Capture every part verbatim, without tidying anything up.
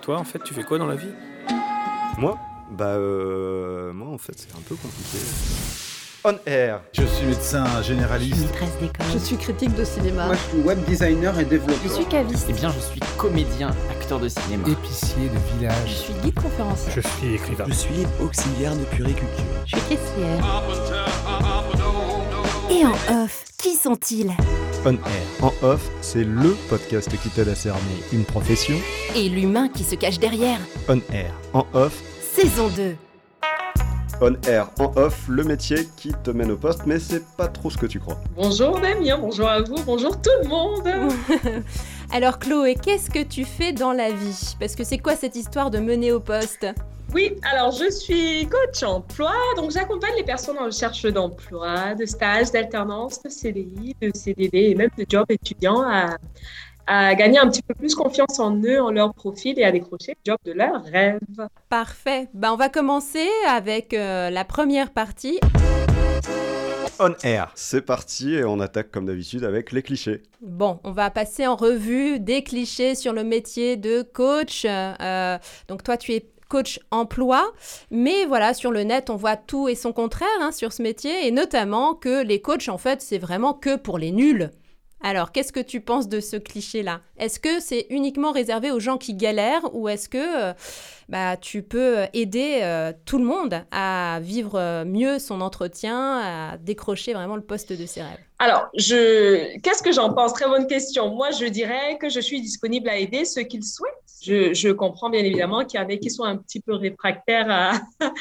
toi, en fait, tu fais quoi dans la vie ? Moi ? Bah, euh, moi, en fait, c'est un peu compliqué. On air. Je suis médecin généraliste. Maîtresse d'école. Je suis critique de cinéma. Moi, je suis web designer et développeur. Je suis caviste. Eh bien, je suis comédien, acteur de cinéma. Épicier de village. Je suis guide conférencier. Je suis écrivain. Je suis auxiliaire de puériculture. Je suis caissière. Et en off, qui sont-ils ? On air. En off, c'est le podcast qui t'aide à cerner une profession. Et l'humain qui se cache derrière. On air. En off. Saison deux. On air. En off, le métier qui te mène au poste, mais c'est pas trop ce que tu crois. Bonjour Damien, bonjour à vous, bonjour tout le monde. Alors Chloé, qu'est-ce que tu fais dans la vie ? Parce que c'est quoi cette histoire de mener au poste ? Oui, alors je suis coach emploi, donc j'accompagne les personnes en recherche d'emploi, de stage, d'alternance, de C D I, de C D D et même de job étudiant à, à gagner un petit peu plus confiance en eux, en leur profil et à décrocher le job de leur rêve. Parfait. Ben, on va commencer avec euh, la première partie. On air. C'est parti et on attaque comme d'habitude avec les clichés. Bon, on va passer en revue des clichés sur le métier de coach. Euh, donc toi, tu es coach emploi, mais voilà, sur le net, on voit tout et son contraire hein, sur ce métier, et notamment que les coachs, en fait, c'est vraiment que pour les nuls. Alors, qu'est-ce que tu penses de ce cliché-là ? Est-ce que c'est uniquement réservé aux gens qui galèrent ou est-ce que euh, bah, tu peux aider euh, tout le monde à vivre euh, mieux son entretien, à décrocher vraiment le poste de ses rêves ? Alors, je... qu'est-ce que j'en pense ? Très bonne question. Moi, je dirais que je suis disponible à aider ceux qui le souhaitent. Je, je comprends bien évidemment qu'il y en a qui sont un petit peu réfractaires à,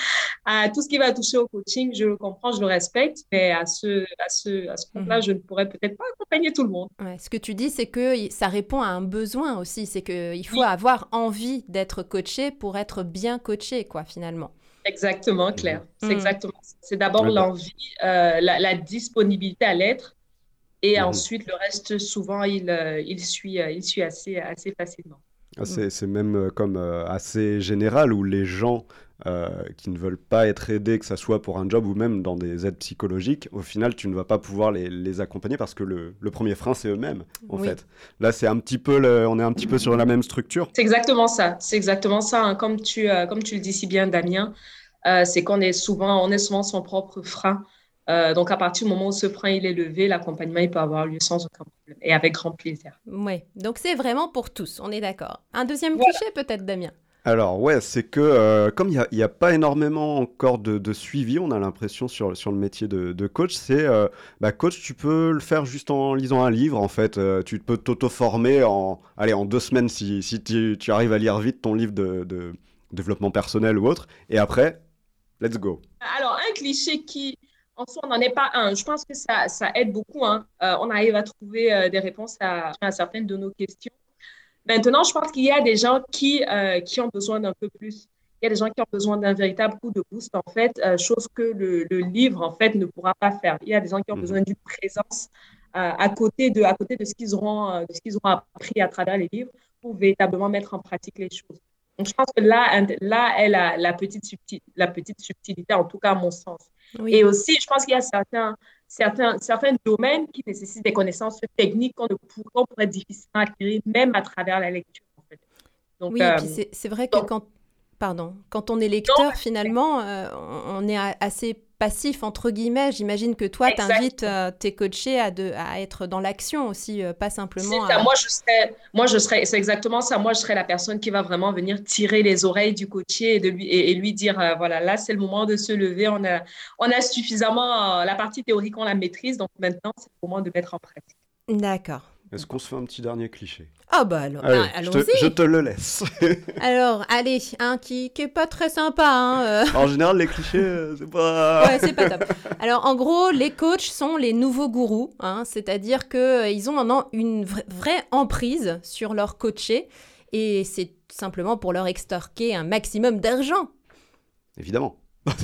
à tout ce qui va toucher au coaching. Je le comprends, je le respecte, mais à ce, à ce, à ce point-là, Mmh. je ne pourrais peut-être pas accompagner tout le monde. Ouais, ce que tu dis, c'est que ça répond à un besoin aussi. C'est qu'il faut Oui. avoir envie d'être coaché pour être bien coaché, quoi, finalement. Exactement, Claire. C'est Mmh. exactement ça. C'est d'abord Oui, bah. l'envie, euh, la, la disponibilité à l'être, et Mhm. ensuite, le reste, souvent, il, euh, il suit, euh, il suit assez, assez facilement. Ah, c'est, c'est même euh, comme euh, assez général où les gens euh, qui ne veulent pas être aidés, que ça soit pour un job ou même dans des aides psychologiques, au final, tu ne vas pas pouvoir les, les accompagner parce que le, le premier frein, c'est eux-mêmes, en Oui. fait. Là, c'est un petit peu le- on est un petit peu sur la même structure. C'est exactement ça. C'est exactement ça. hein. Comme tu, euh, comme tu le dis si bien, Damien, euh, c'est qu'on est souvent, on est souvent son propre frein. Euh, donc, à partir du moment où ce frein il est levé, l'accompagnement il peut avoir lieu sans aucun problème et avec grand plaisir. Oui, donc c'est vraiment pour tous, on est d'accord. Un deuxième Voilà. cliché peut-être, Damien ? Alors ouais, c'est que euh, comme il n'y a, il y a pas énormément encore de, de suivi, on a l'impression sur, sur le métier de, de coach, c'est euh, bah, coach, tu peux le faire juste en lisant un livre en fait, Euh, tu peux t'auto-former en, allez, en deux semaines si, si tu, tu arrives à lire vite ton livre de, de développement personnel ou autre, et après, let's go. Alors, un cliché qui, en soi, on n'en est pas un. Je pense que ça, ça aide beaucoup. hein. Euh, on arrive à trouver euh, des réponses à, à certaines de nos questions. Maintenant, je pense qu'il y a des gens qui, euh, qui ont besoin d'un peu plus. Il y a des gens qui ont besoin d'un véritable coup de boost, en fait, euh, chose que le, le livre, en fait, ne pourra pas faire. Il y a des gens qui ont Mhm. besoin d'une présence euh, à côté de, à côté de ce qu'ils auront, euh, de ce qu'ils auront appris à travers les livres pour véritablement mettre en pratique les choses. Donc, je pense que là, un- là est la, la, petite subtil, la petite subtilité, en tout cas à mon sens. Oui. Et aussi, je pense qu'il y a certains, certains, certains domaines qui nécessitent des connaissances techniques qu'on, ne pour- qu'on pourrait difficilement acquérir, même à travers la lecture. En fait. Donc, Oui, et euh, puis c'est, c'est vrai que donc- quand, pardon, quand on est lecteur, finalement, euh, on on est a- assez passif, entre guillemets. J'imagine que toi, tu invites tes coachés à, de, à être dans l'action aussi, euh, pas simplement c'est ça. à... Moi, je serais, moi, je serais, c'est exactement ça. Moi, je serais la personne qui va vraiment venir tirer les oreilles du coaché et, de lui, et, et lui dire, euh, voilà, là, c'est le moment de se lever. On a, on a suffisamment, euh, la partie théorique, on la maîtrise. Donc maintenant, c'est le moment de mettre en pratique. D'accord. Est-ce qu'on se fait un petit dernier cliché ? Ah bah alors, Allez, bah, je, allons-y. te, je te le laisse. Alors, allez, un qui, qui est pas très sympa, hein, euh. En général, les clichés, euh, c'est pas... Ouais, c'est pas top. Alors, en gros, les coachs sont les nouveaux gourous, hein, c'est-à-dire qu'ils ont maintenant une vra- vraie emprise sur leurs coachés et c'est simplement pour leur extorquer un maximum d'argent. Évidemment.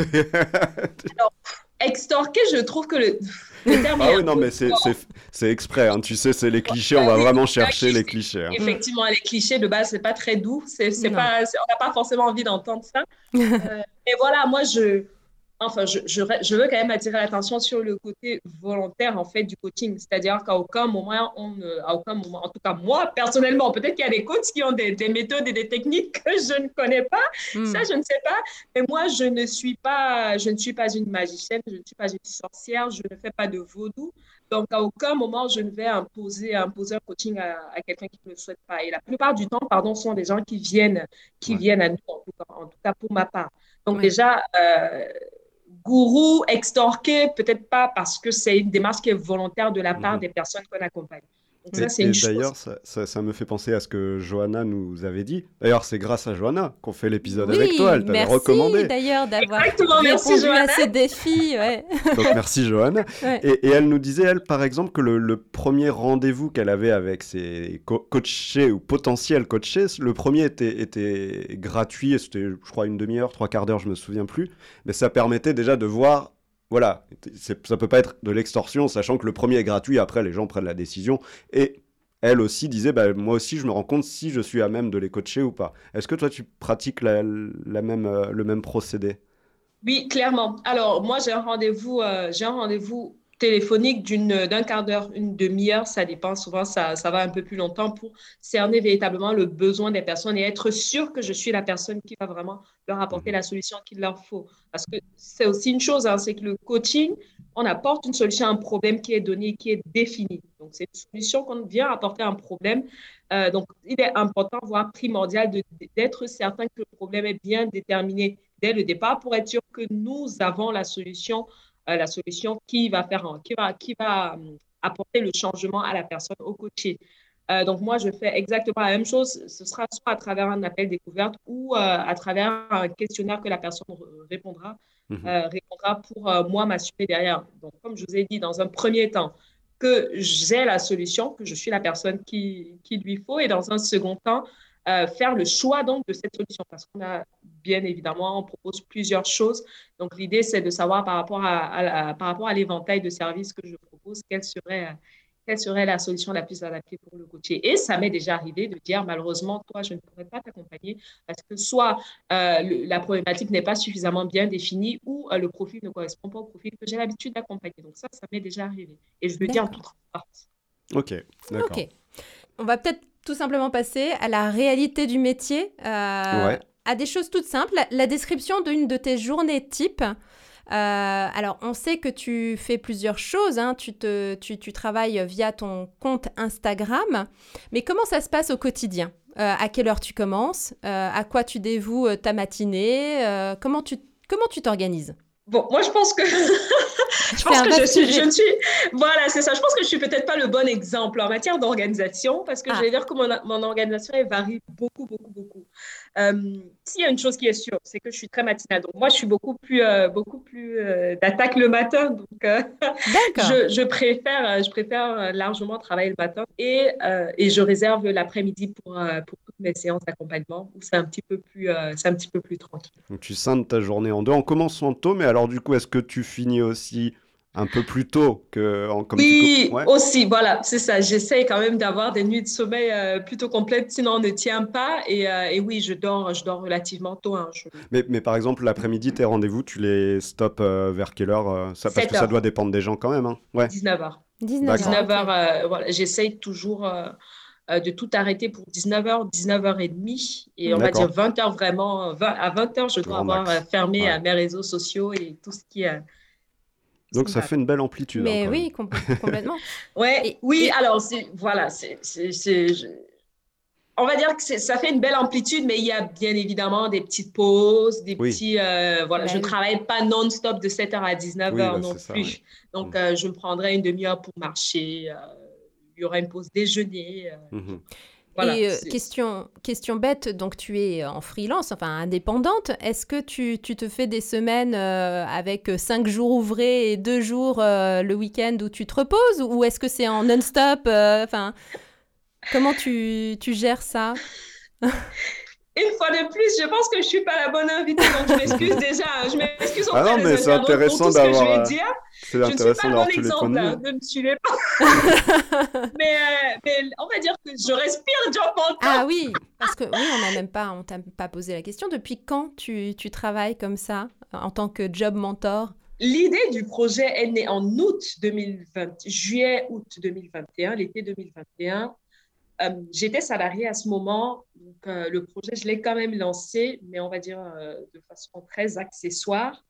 Extorquer, je trouve que le, le terme Ah est oui, un non, peu mais c'est, fort. c'est, c'est exprès, hein. Tu sais, c'est les clichés, on va Oui, vraiment c'est chercher ça, les clichés. hein. Effectivement, les clichés de base, c'est pas très doux. C'est, c'est Non. pas, c'est- on n'a pas forcément envie d'entendre ça. Euh, mais voilà, moi, je, enfin, je, je, je veux quand même attirer l'attention sur le côté volontaire, en fait, du coaching. C'est-à-dire qu'à aucun moment, on, à aucun moment, en tout cas, moi, personnellement, peut-être qu'il y a des coachs qui ont des, des méthodes et des techniques que je ne connais pas. Mm. Ça, je ne sais pas. Mais moi, je ne suis pas, je ne suis pas une magicienne, je ne suis pas une sorcière, je ne fais pas de vaudou. Donc, à aucun moment, je ne vais imposer, imposer un coaching à, à quelqu'un qui ne le souhaite pas. Et la plupart du temps, pardon, sont des gens qui viennent, qui ouais. viennent à nous, en tout cas, en tout cas pour ma part. Donc, ouais. déjà, euh, gourou, extorqué, peut-être pas, parce que c'est une démarche qui est volontaire de la part mmh. des personnes qu'on accompagne. Donc et, ça, c'est et une d'ailleurs, chose. Ça, ça, ça me fait penser à ce que Johanna nous avait dit. D'ailleurs, c'est grâce à Johanna qu'on fait l'épisode oui, avec toi. Elle t'avait recommandé. Merci d'ailleurs d'avoir Exactement, répondu merci, à ce défi. Ouais. Donc merci Johanna. Ouais. Et, et elle nous disait, elle, par exemple, que le, le premier rendez-vous qu'elle avait avec ses co- coachés ou potentiels coachés, le premier était, était gratuit. Et c'était, je crois, une demi-heure, trois quarts d'heure, je me souviens plus. Mais ça permettait déjà de voir... Voilà, c'est, ça peut pas être de l'extorsion, sachant que le premier est gratuit, après les gens prennent la décision. Et elle aussi disait, bah, moi aussi je me rends compte si je suis à même de les coacher ou pas. Est-ce que toi tu pratiques la, la même, euh, le même procédé ? Oui, clairement. Alors moi j'ai un rendez-vous, euh, j'ai un rendez-vous téléphonique d'une, d'un quart d'heure, une demi-heure, ça dépend, souvent ça, ça va un peu plus longtemps pour cerner véritablement le besoin des personnes et être sûr que je suis la personne qui va vraiment leur apporter la solution qu'il leur faut. Parce que c'est aussi une chose, hein, c'est que le coaching, on apporte une solution à un problème qui est donné, qui est défini. Donc c'est une solution qu'on vient apporter à un problème. Euh, donc il est important, voire primordial, de, d'être certain que le problème est bien déterminé dès le départ pour être sûr que nous avons la solution la solution qui va faire, qui va, qui va apporter le changement à la personne, au coaché. Euh, donc, moi, je fais exactement la même chose. Ce sera soit à travers un appel découverte ou euh, à travers un questionnaire que la personne répondra, mmh. euh, répondra pour euh, moi m'assurer derrière. Donc, comme je vous ai dit, dans un premier temps, que j'ai la solution, que je suis la personne qui, qui lui faut, et dans un second temps, Euh, faire le choix donc de cette solution parce qu'on a bien évidemment, on propose plusieurs choses. Donc, l'idée, c'est de savoir par rapport à, à, à, par rapport à l'éventail de services que je propose, quelle serait, quelle serait la solution la plus adaptée pour le coacher. Et ça m'est déjà arrivé de dire, malheureusement, toi, je ne pourrais pas t'accompagner parce que soit euh, le, la problématique n'est pas suffisamment bien définie ou euh, le profil ne correspond pas au profil que j'ai l'habitude d'accompagner. Donc, ça, ça m'est déjà arrivé. Et je le dis en toute transparence. Ok, d'accord. Ok. On va peut-être tout simplement passer à la réalité du métier, euh, ouais. à des choses toutes simples. La, la description d'une de tes journées type. Euh, alors, on sait que tu fais plusieurs choses. Hein. Tu, te, tu, tu travailles via ton compte Instagram. Mais comment ça se passe au quotidien ? euh, À quelle heure tu commences ? euh, À quoi tu dévoues ta matinée ? euh, Comment tu comment tu t'organises ? Bon, moi, je pense que, je, pense que je, suis, je ne suis... Voilà, c'est ça. Je pense que je ne suis peut-être pas le bon exemple en matière d'organisation parce que ah. je vais dire que mon, mon organisation, elle varie beaucoup, beaucoup, beaucoup. Euh, s'il y a une chose qui est sûre, c'est que je suis très matinale. Donc, moi, je suis beaucoup plus, euh, beaucoup plus euh, d'attaque le matin. Donc, euh, je, je, préfère, je préfère largement travailler le matin et, euh, et je réserve l'après-midi pour, euh, pour toutes mes séances d'accompagnement où c'est un petit peu plus, euh, c'est un petit peu plus tranquille. Donc, tu scindes ta journée en deux. On commence en tôt, mais alors, du coup, est-ce que tu finis aussi un peu plus tôt que en comme Oui, tu... ouais. aussi, voilà, c'est ça. J'essaie quand même d'avoir des nuits de sommeil euh, plutôt complètes, sinon on ne tient pas. Et, euh, et oui, je dors, je dors relativement tôt. Hein, je... mais, mais par exemple, l'après-midi, tes rendez-vous, tu les stops euh, vers quelle heure euh, ça, Parce que ça doit dépendre des gens quand même. Hein. Ouais. dix-neuf heures. dix-neuf heures, euh, voilà. J'essaye toujours euh, euh, de tout arrêter pour dix-neuf heures, dix-neuf heures trente. Et on D'accord. va dire vingt heures vraiment. vingt, à vingt heures, je dois Grand avoir max. fermé ouais. à mes réseaux sociaux et tout ce qui est... Donc, ça fait une belle amplitude. Mais hein, oui, com- complètement. ouais, et, oui, et... alors, c'est, voilà, c'est, c'est, c'est, je... on va dire que c'est, ça fait une belle amplitude, mais il y a bien évidemment des petites pauses, des oui. petits... Euh, voilà, ben... je ne travaille pas non-stop de sept heures à dix-neuf heures oui, bah, non plus. Ça, oui. Donc, mmh. euh, je me prendrai une demi-heure pour marcher. Euh, il y aura une pause déjeuner. Euh, mmh. Voilà, et euh, question, question bête, donc tu es en freelance, enfin indépendante. Est-ce que tu, tu te fais des semaines euh, avec cinq jours ouvrés et deux jours euh, le week-end où tu te reposes, ou est-ce que c'est en non-stop euh, comment tu, tu gères ça? Une fois de plus, je pense que je ne suis pas la bonne invitée, donc je m'excuse déjà. Je m'excuse auprès ah non, mais des c'est intéressant pour tout d'avoir... ce que je vais dire. C'est je ne suis pas le bon tous exemple, hein, ne me suivez pas. mais, euh, mais on va dire que je respire durant mon temps. Ah oui, parce que oui, on n'a même pas, on t'a pas posé la question. Depuis quand tu, tu travailles comme ça en tant que job mentor? L'idée du projet est née en août deux mille vingt, juillet-août deux mille vingt et un, l'été deux mille vingt et un. Euh, j'étais salariée à ce moment, donc euh, le projet, je l'ai quand même lancé, mais on va dire euh, de façon très accessoire.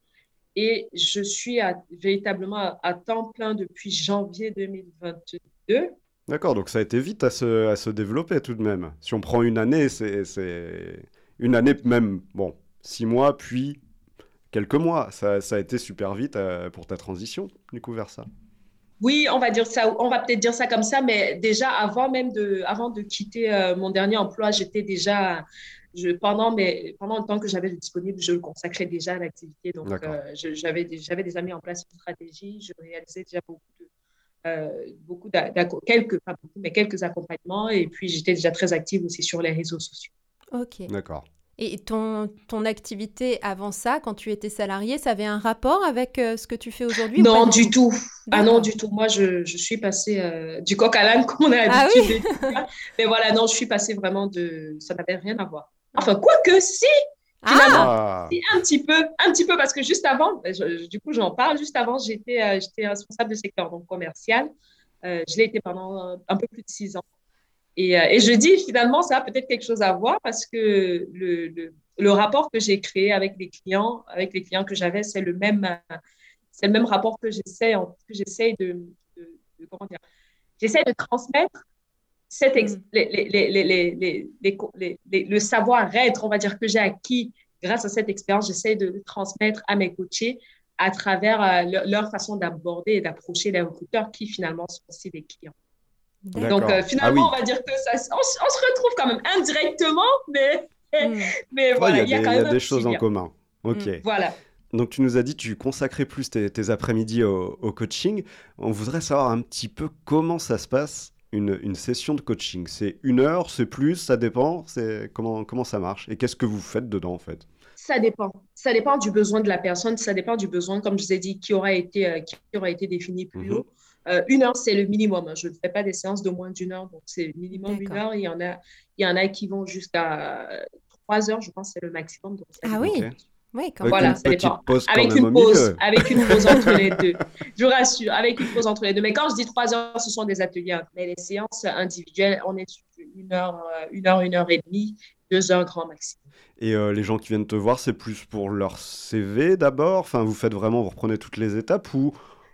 Et je suis à, véritablement à, à temps plein depuis janvier deux mille vingt-deux. D'accord, donc ça a été vite à se, à se développer tout de même. Si on prend une année, c'est, c'est une année même, bon, six mois, puis quelques mois. Ça, ça a été super vite euh, pour ta transition, du coup, vers ça. Oui, on va dire ça, on va peut-être dire ça comme ça, mais déjà avant même de, avant de quitter euh, mon dernier emploi, j'étais déjà, je, pendant, mes, pendant le temps que j'avais de disponible, je le consacrais déjà à l'activité. Donc, euh, je, j'avais, j'avais déjà mis en place une stratégie, je réalisais déjà beaucoup de, euh, beaucoup quelques, pas beaucoup, mais quelques accompagnements, et puis j'étais déjà très active aussi sur les réseaux sociaux. Ok. D'accord. Et ton, ton activité avant ça, quand tu étais salariée, ça avait un rapport avec euh, ce que tu fais aujourd'hui? Non, du tout. Ah non, du tout. Moi, je, je suis passée euh, du coq à l'âne, comme on a l'habitude de dire. Mais voilà, non, je suis passée vraiment de... Ça n'avait rien à voir. Enfin, quoique, si, finalement, Ah. si, un petit peu, un petit peu, parce que juste avant, je, du coup, j'en parle, juste avant, j'étais, euh, j'étais responsable de secteur donc commercial. Euh, je l'ai été pendant un peu plus de six ans. Et, euh, et je dis, finalement, ça a peut-être quelque chose à voir parce que le, le, le rapport que j'ai créé avec les clients, avec les clients que j'avais, c'est le même, euh, c'est le même rapport que j'essaie, que j'essaie de, de, de, comment dire, j'essaie de transmettre cette ex, mm. les, les, les, les, les, les, les, les, le savoir-être, on va dire, que j'ai acquis grâce à cette expérience. J'essaie de le transmettre à mes coachés à travers euh, leur, leur façon d'aborder et d'approcher les recruteurs qui, finalement, sont aussi des clients. D'accord. Donc, euh, finalement, ah oui. on va dire que ça, on, on se retrouve quand même indirectement, mais, mm. mais ouais, voilà, il y a, y a des, quand y a même des choses en commun. Ok. Mm. Voilà. Donc, tu nous as dit que tu consacrais plus tes, tes après-midi au, au coaching. On voudrait savoir un petit peu comment ça se passe, une, une session de coaching. C'est une heure, c'est plus, ça dépend. C'est, comment, comment ça marche? Et qu'est-ce que vous faites dedans, en fait? Ça dépend. Ça dépend du besoin de la personne. Ça dépend du besoin, comme je vous ai dit, qui aura été, euh, qui aura été défini plus mm-hmm. haut. Euh, une heure, c'est le minimum. Je ne fais pas des séances de moins d'une heure, donc c'est minimum D'accord. une heure. Il y en a, il y en a qui vont jusqu'à trois heures, je pense, c'est le maximum. Donc ah oui, okay. oui, quand même. Voilà, ça dépend. Avec une pause, avec une pause entre les deux. Je vous rassure, avec une pause entre les deux. Mais quand je dis trois heures, ce sont des ateliers. Mais les séances individuelles, on est sur une heure, une heure, une heure et demie, deux heures grand maximum. Et euh, les gens qui viennent te voir, c'est plus pour leur C V d'abord. Enfin, vous faites vraiment, vous reprenez toutes les étapes ou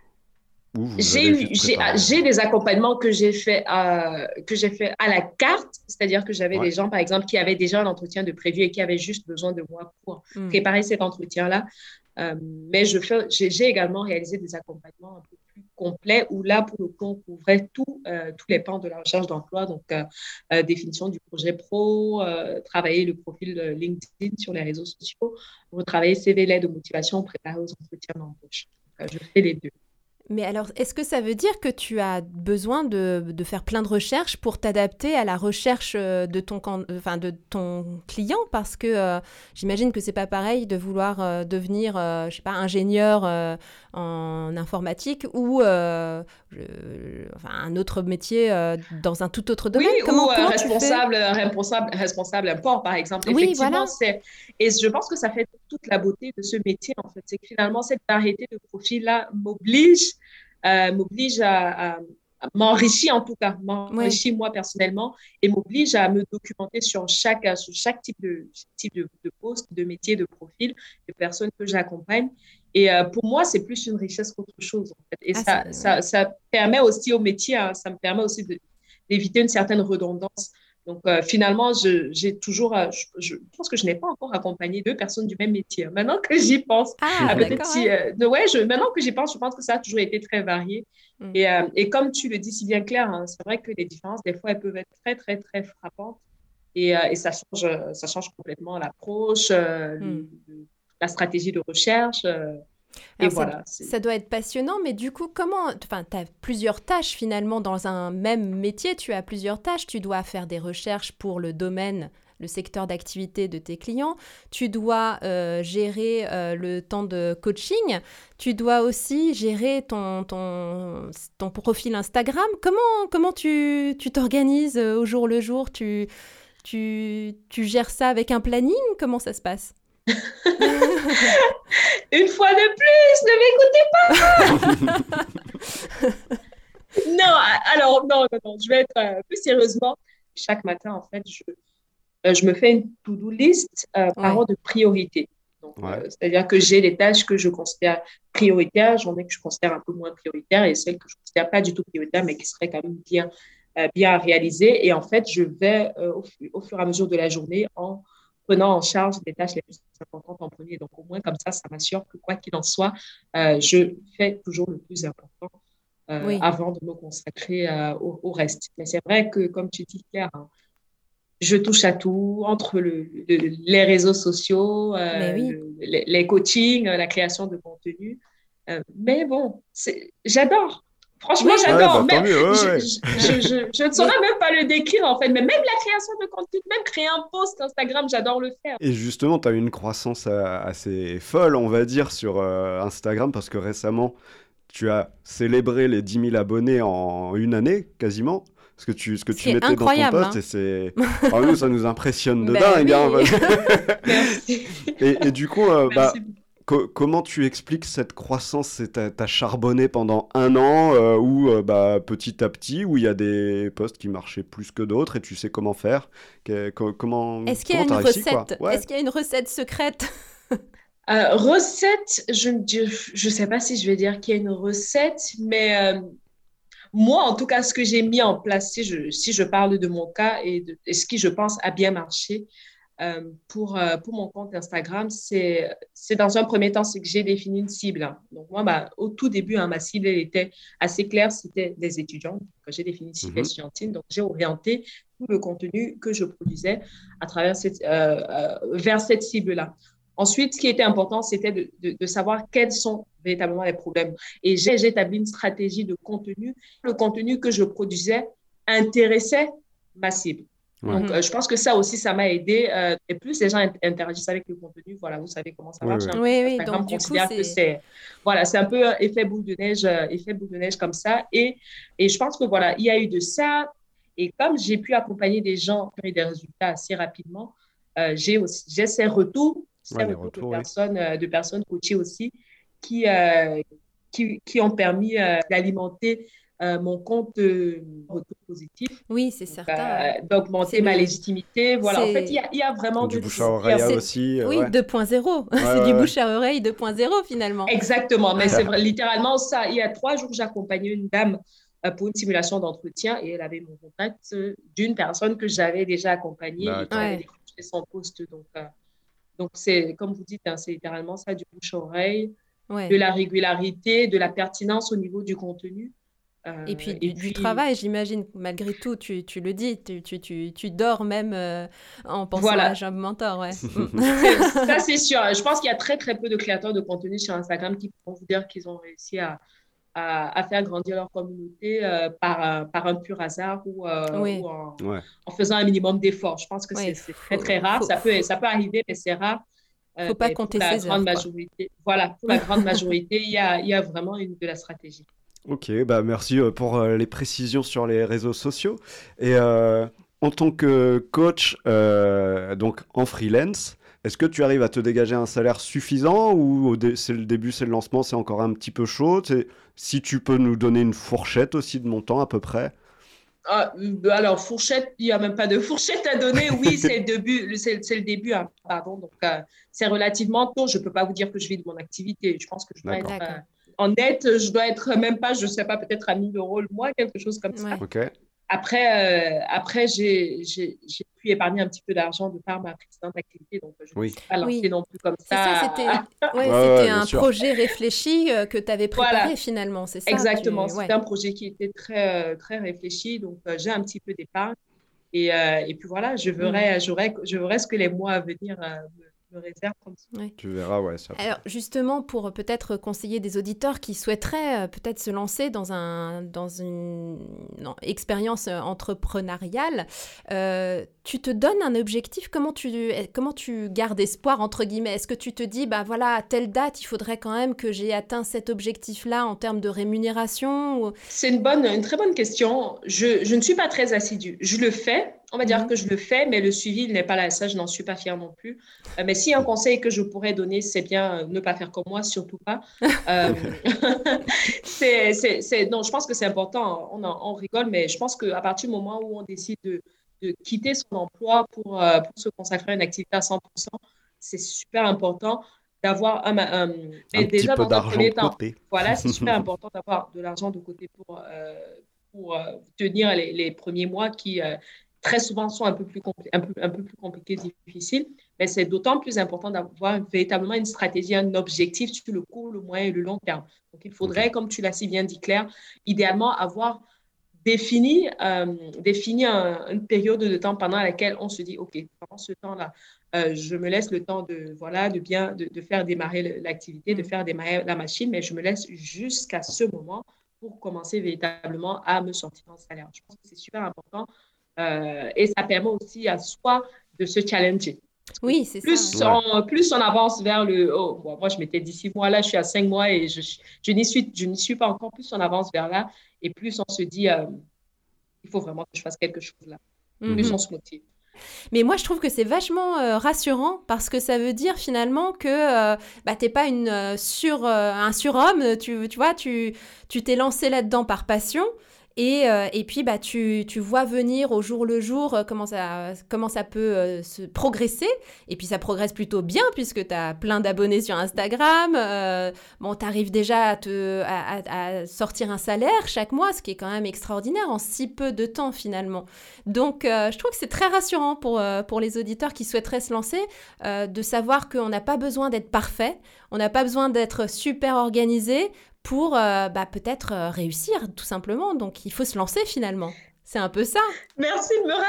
J'ai, eu, j'ai, j'ai des accompagnements que j'ai fait à, que j'ai fait à la carte, c'est-à-dire que j'avais ouais. des gens, par exemple, qui avaient déjà un entretien de prévu et qui avaient juste besoin de moi pour mmh. préparer cet entretien-là. Euh, mais je fais, j'ai, j'ai également réalisé des accompagnements un peu plus complets où là, pour le coup, on couvrait tout, euh, tous les pans de la recherche d'emploi, donc euh, euh, définition du projet pro, euh, travailler le profil LinkedIn sur les réseaux sociaux, retravailler C V, lettre de motivation, préparer aux entretiens d'embauche. Donc, euh, je fais les deux. Mais alors, est-ce que ça veut dire que tu as besoin de, de faire plein de recherches pour t'adapter à la recherche de ton, enfin, de ton client? Parce que euh, j'imagine que c'est pas pareil de vouloir euh, devenir, euh, je sais pas, ingénieur euh, en informatique ou euh, je, enfin, un autre métier euh, dans un tout autre domaine. Oui, comment, ou comment euh, responsable, responsable, responsable import, par exemple. Oui, Effectivement, voilà. c'est... Et je pense que ça fait toute la beauté de ce métier, en fait. C'est que finalement, cette variété de profils-là m'oblige Euh, m'oblige à, à, à m'enrichir en tout cas, m'enrichir oui. moi personnellement et m'oblige à me documenter sur chaque, sur chaque type, de, type de, de poste, de métier, de profil, de personnes que j'accompagne. Et euh, pour moi, c'est plus une richesse qu'autre chose. En fait. Et ah, ça, ça, ça permet aussi au métier, hein, ça me permet aussi de, d'éviter une certaine redondance. Donc, euh, finalement, je, j'ai toujours, euh, je, je pense que je n'ai pas encore accompagné deux personnes du même métier. Maintenant que j'y pense, ah, euh, peut-être si, euh, de, ouais, je, maintenant que j'y pense, je pense que ça a toujours été très varié. Mm. Et, euh, et comme tu le dis si bien Claire, hein, c'est vrai que les différences, des fois, elles peuvent être très, très, très frappantes. Et, euh, et ça, change, ça change complètement l'approche, euh, mm. le, la stratégie de recherche. Euh, Alors et ça, voilà, ça doit être passionnant, mais du coup, comment... Enfin, tu as plusieurs tâches finalement dans un même métier, tu as plusieurs tâches. Tu dois faire des recherches pour le domaine, le secteur d'activité de tes clients. Tu dois euh, gérer euh, le temps de coaching. Tu dois aussi gérer ton, ton, ton profil Instagram. Comment, comment tu, tu t'organises au jour le jour? tu, tu, tu gères ça avec un planning? Comment ça se passe? Une fois de plus, ne m'écoutez pas. Non, alors, non, non, non, je vais être euh, plus sérieusement. Chaque matin, en fait, je, euh, je me fais une to-do list euh, par Ouais. ordre de priorité. Donc, Ouais. euh, c'est-à-dire que j'ai les tâches que je considère prioritaires, j'en ai que je considère un peu moins prioritaires et celles que je ne considère pas du tout prioritaires, mais qui seraient quand même bien, euh, bien à réaliser. Et en fait, je vais euh, au, fu- au fur et à mesure de la journée en prenant en charge les tâches les plus importantes en premier. Donc, au moins, comme ça, ça m'assure que quoi qu'il en soit, euh, je fais toujours le plus important euh, Oui. avant de me consacrer euh, au, au reste. Mais c'est vrai que, comme tu dis, Claire, hein, je touche à tout, entre le, le- les réseaux sociaux, euh, Mais oui. le- les, les coachings, euh, la création de contenu. Euh, mais bon, c'est- j'adore. Franchement, Oui. j'adore. Ouais, bah, tant Mais mieux, ouais, je, ouais. je, je, je- je ne saurais même pas le décrire, en fait. Mais même la création de contenu, même créer un post Instagram, j'adore le faire. Et justement, tu as eu une croissance euh, assez folle, on va dire, sur euh, Instagram, parce que récemment, tu as célébré les dix mille abonnés en une année, quasiment. Ce que tu, ce que tu C'est mettais incroyable, dans ton post, hein. et c'est... Alors nous, ça nous impressionne de Ben dingue. oui. Hein, parce- Merci. et, et du coup, euh, bah, Merci. co- comment tu expliques cette croissance? C'est t'as, t'as charbonné pendant un an, euh, ou euh, bah, petit à petit, où il y a des posts qui marchaient plus que d'autres, et tu sais comment faire? Que- co- comment, Est-ce qu'il y a comment une t'as réussi, quoi? recette? Ouais. Est-ce qu'il y a une recette secrète? Euh, recette, je ne sais pas si je vais dire qu'il y a une recette, mais euh, moi, en tout cas, ce que j'ai mis en place, si je, si je parle de mon cas et, de, et ce qui, je pense, a bien marché euh, pour, euh, pour mon compte Instagram, c'est, c'est dans un premier temps, c'est que j'ai défini une cible. Hein. Donc, moi, bah, au tout début, hein, ma cible, elle était assez claire, c'était des étudiants. Donc, j'ai défini une cible Mhm. estudiantine. Donc, j'ai orienté tout le contenu que je produisais à travers cette, euh, euh, vers cette cible-là. Ensuite, ce qui était important, c'était de, de, de savoir quels sont véritablement les problèmes. Et j'ai, j'ai établi une stratégie de contenu. Le contenu que je produisais intéressait ma cible. Ouais. Donc, euh, je pense que ça aussi, ça m'a aidé. Euh, et plus les gens int- interagissent avec le contenu, voilà, vous savez comment ça Oui, marche. oui. Hein. Oui, oui, Instagram donc du coup, considère que c'est... c'est, voilà, c'est un peu un effet boule de neige, euh, effet boule de neige comme ça. Et, et je pense que voilà, il y a eu de ça. Et comme j'ai pu accompagner des gens et des résultats assez rapidement, euh, j'ai aussi, j'ai ces retours, ces Ouais, les retours retours, de oui. personnes, euh, de personnes coachées aussi, qui, euh, qui, qui ont permis euh, d'alimenter euh, mon compte euh, retour positif, Oui, c'est certain. euh, d'augmenter C'est ma le- légitimité. Voilà, en c'est- fait, il y a, il y a vraiment Du de bouche tout. à Il y a oreille vraiment- aussi. euh, Oui, ouais. deux point zéro. C'est ouais, du ouais. bouche à oreille deux point zéro finalement. Exactement, mais c'est vrai, littéralement ça. Il y a trois jours, j'accompagnais une dame euh, pour une simulation d'entretien et elle avait mon contact euh, d'une personne que j'avais déjà accompagnée et qui D'accord. avait Ouais. décroché son poste. Donc, euh, donc c'est, comme vous dites, hein, c'est littéralement ça, du bouche à oreille, Ouais. de la régularité, de la pertinence au niveau du contenu. Euh, Et puis du, du travail, j'imagine, malgré tout, tu, tu le dis, tu, tu, tu, tu dors même euh, en pensant Voilà. à Job Mentor, ouais. C'est- Ça, c'est sûr. Je pense qu'il y a très, très peu de créateurs de contenu sur Instagram qui pourront vous dire qu'ils ont réussi à, à, à faire grandir leur communauté euh, par, un- par un pur hasard ou, euh, Oui. ou en, Ouais. en faisant un minimum d'efforts. Je pense que Ouais, c'est c'est faut- très, très rare. faut- ça, peut, ça peut arriver, mais c'est rare. Euh, Faut pas mais pour compter la ses grande heures, quoi. majorité. Voilà, pour la grande majorité, il y a, il y a vraiment une, de la stratégie. Ok, bah merci euh, pour euh, les précisions sur les réseaux sociaux. Et euh, en tant que coach, euh, donc en freelance, est-ce que tu arrives à te dégager un salaire suffisant ou au dé- c'est le début, c'est le lancement, c'est encore un petit peu chaud? C'est- Si tu peux nous donner une fourchette aussi de montant à peu près. Ah, euh, alors, fourchette, il n'y a même pas de fourchette à donner. Oui, c'est le début, c'est, c'est le début, hein, pardon. Donc, euh, c'est relativement tôt. Je ne peux pas vous dire que je vis de mon activité. Je pense que je dois être D'accord. euh, D'accord. en net. Je dois être même pas, je ne sais pas, peut-être à mille euros le mois, quelque chose comme ça. Ouais. Ok. Après, euh, après j'ai, j'ai, j'ai pu épargner un petit peu d'argent de par ma précédente activité. Donc, je ne Oui. me suis pas lancée Oui. non plus comme C'est ça. ça, c'était ouais, Ouais, ouais, c'était bien un sûr. projet réfléchi euh, que tu avais préparé Voilà. finalement, c'est ça? Exactement, tu- ouais. c'était un projet qui était très, euh, très réfléchi, donc euh, j'ai un petit peu d'épargne. Et, euh, et puis voilà, je verrai, je, verrai, je verrai ce que les mois à venir euh, me, me réservent comme ça. Tu verras, ouais. Ça... Alors justement, pour peut-être conseiller des auditeurs qui souhaiteraient euh, peut-être se lancer dans, un, dans une non, expérience euh, entrepreneuriale, euh, tu te donnes un objectif, comment tu, comment tu gardes espoir, entre guillemets? Est-ce que tu te dis, bah voilà, à telle date, il faudrait quand même que j'ai atteint cet objectif-là en termes de rémunération ou... C'est une, bonne, une très bonne question. Je, je ne suis pas très assidue. Je le fais, on va dire mmh. que je le fais, mais le suivi, il n'est pas là. Ça, je n'en suis pas fière non plus. Euh, mais si un conseil que je pourrais donner, c'est bien euh, ne pas faire comme moi, surtout pas. Euh, c'est, c'est, c'est, non, je pense que c'est important. On, en, on rigole, mais je pense qu'à partir du moment où on décide de, de quitter son emploi pour, euh, pour se consacrer à une activité à cent pour cent, c'est super important d'avoir un, un, un déjà petit peu dans d'argent un premier de temps. côté. Voilà, c'est super important d'avoir de l'argent de côté pour, euh, pour euh, tenir les, les premiers mois qui euh, très souvent sont un peu plus compli- un peu, un peu plus compliqués, difficiles. Mais c'est d'autant plus important d'avoir véritablement une stratégie, un objectif sur le court, le moyen et le long terme. Donc, il faudrait, comme tu l'as si bien dit, Claire, idéalement avoir défini, euh, défini un, une période de temps pendant laquelle on se dit, OK, pendant ce temps-là, Euh, je me laisse le temps de, voilà, de bien de, de faire démarrer l'activité, de faire démarrer la machine, mais je me laisse jusqu'à ce moment pour commencer véritablement à me sortir en salaire. Je pense que c'est super important euh, et ça permet aussi à soi de se challenger. Oui, c'est plus ça. On, ouais. Plus on avance vers le... Oh, bon, moi, je m'étais dit six mois, là, je suis à cinq mois et je, je, n'y suis, je n'y suis pas encore. Plus on avance vers là et plus on se dit, euh, il faut vraiment que je fasse quelque chose là. Mm-hmm. Plus on se motive. Mais moi, je trouve que c'est vachement euh, rassurant parce que ça veut dire finalement que euh, bah, t'es pas une, euh, sur, euh, un surhomme, tu, tu vois, tu, tu t'es lancé là-dedans par passion. Et, euh, et puis, bah, tu, tu vois venir au jour le jour euh, comment, ça, comment ça peut euh, se progresser. Et puis, ça progresse plutôt bien puisque tu as plein d'abonnés sur Instagram. Euh, bon, tu arrives déjà à, te, à, à, à sortir un salaire chaque mois, ce qui est quand même extraordinaire en si peu de temps finalement. Donc, euh, je trouve que c'est très rassurant pour, euh, pour les auditeurs qui souhaiteraient se lancer euh, de savoir qu'on n'a pas besoin d'être parfait, on n'a pas besoin d'être super organisé pour euh, bah, peut-être euh, réussir, tout simplement. Donc, il faut se lancer, finalement. C'est un peu ça. Merci de me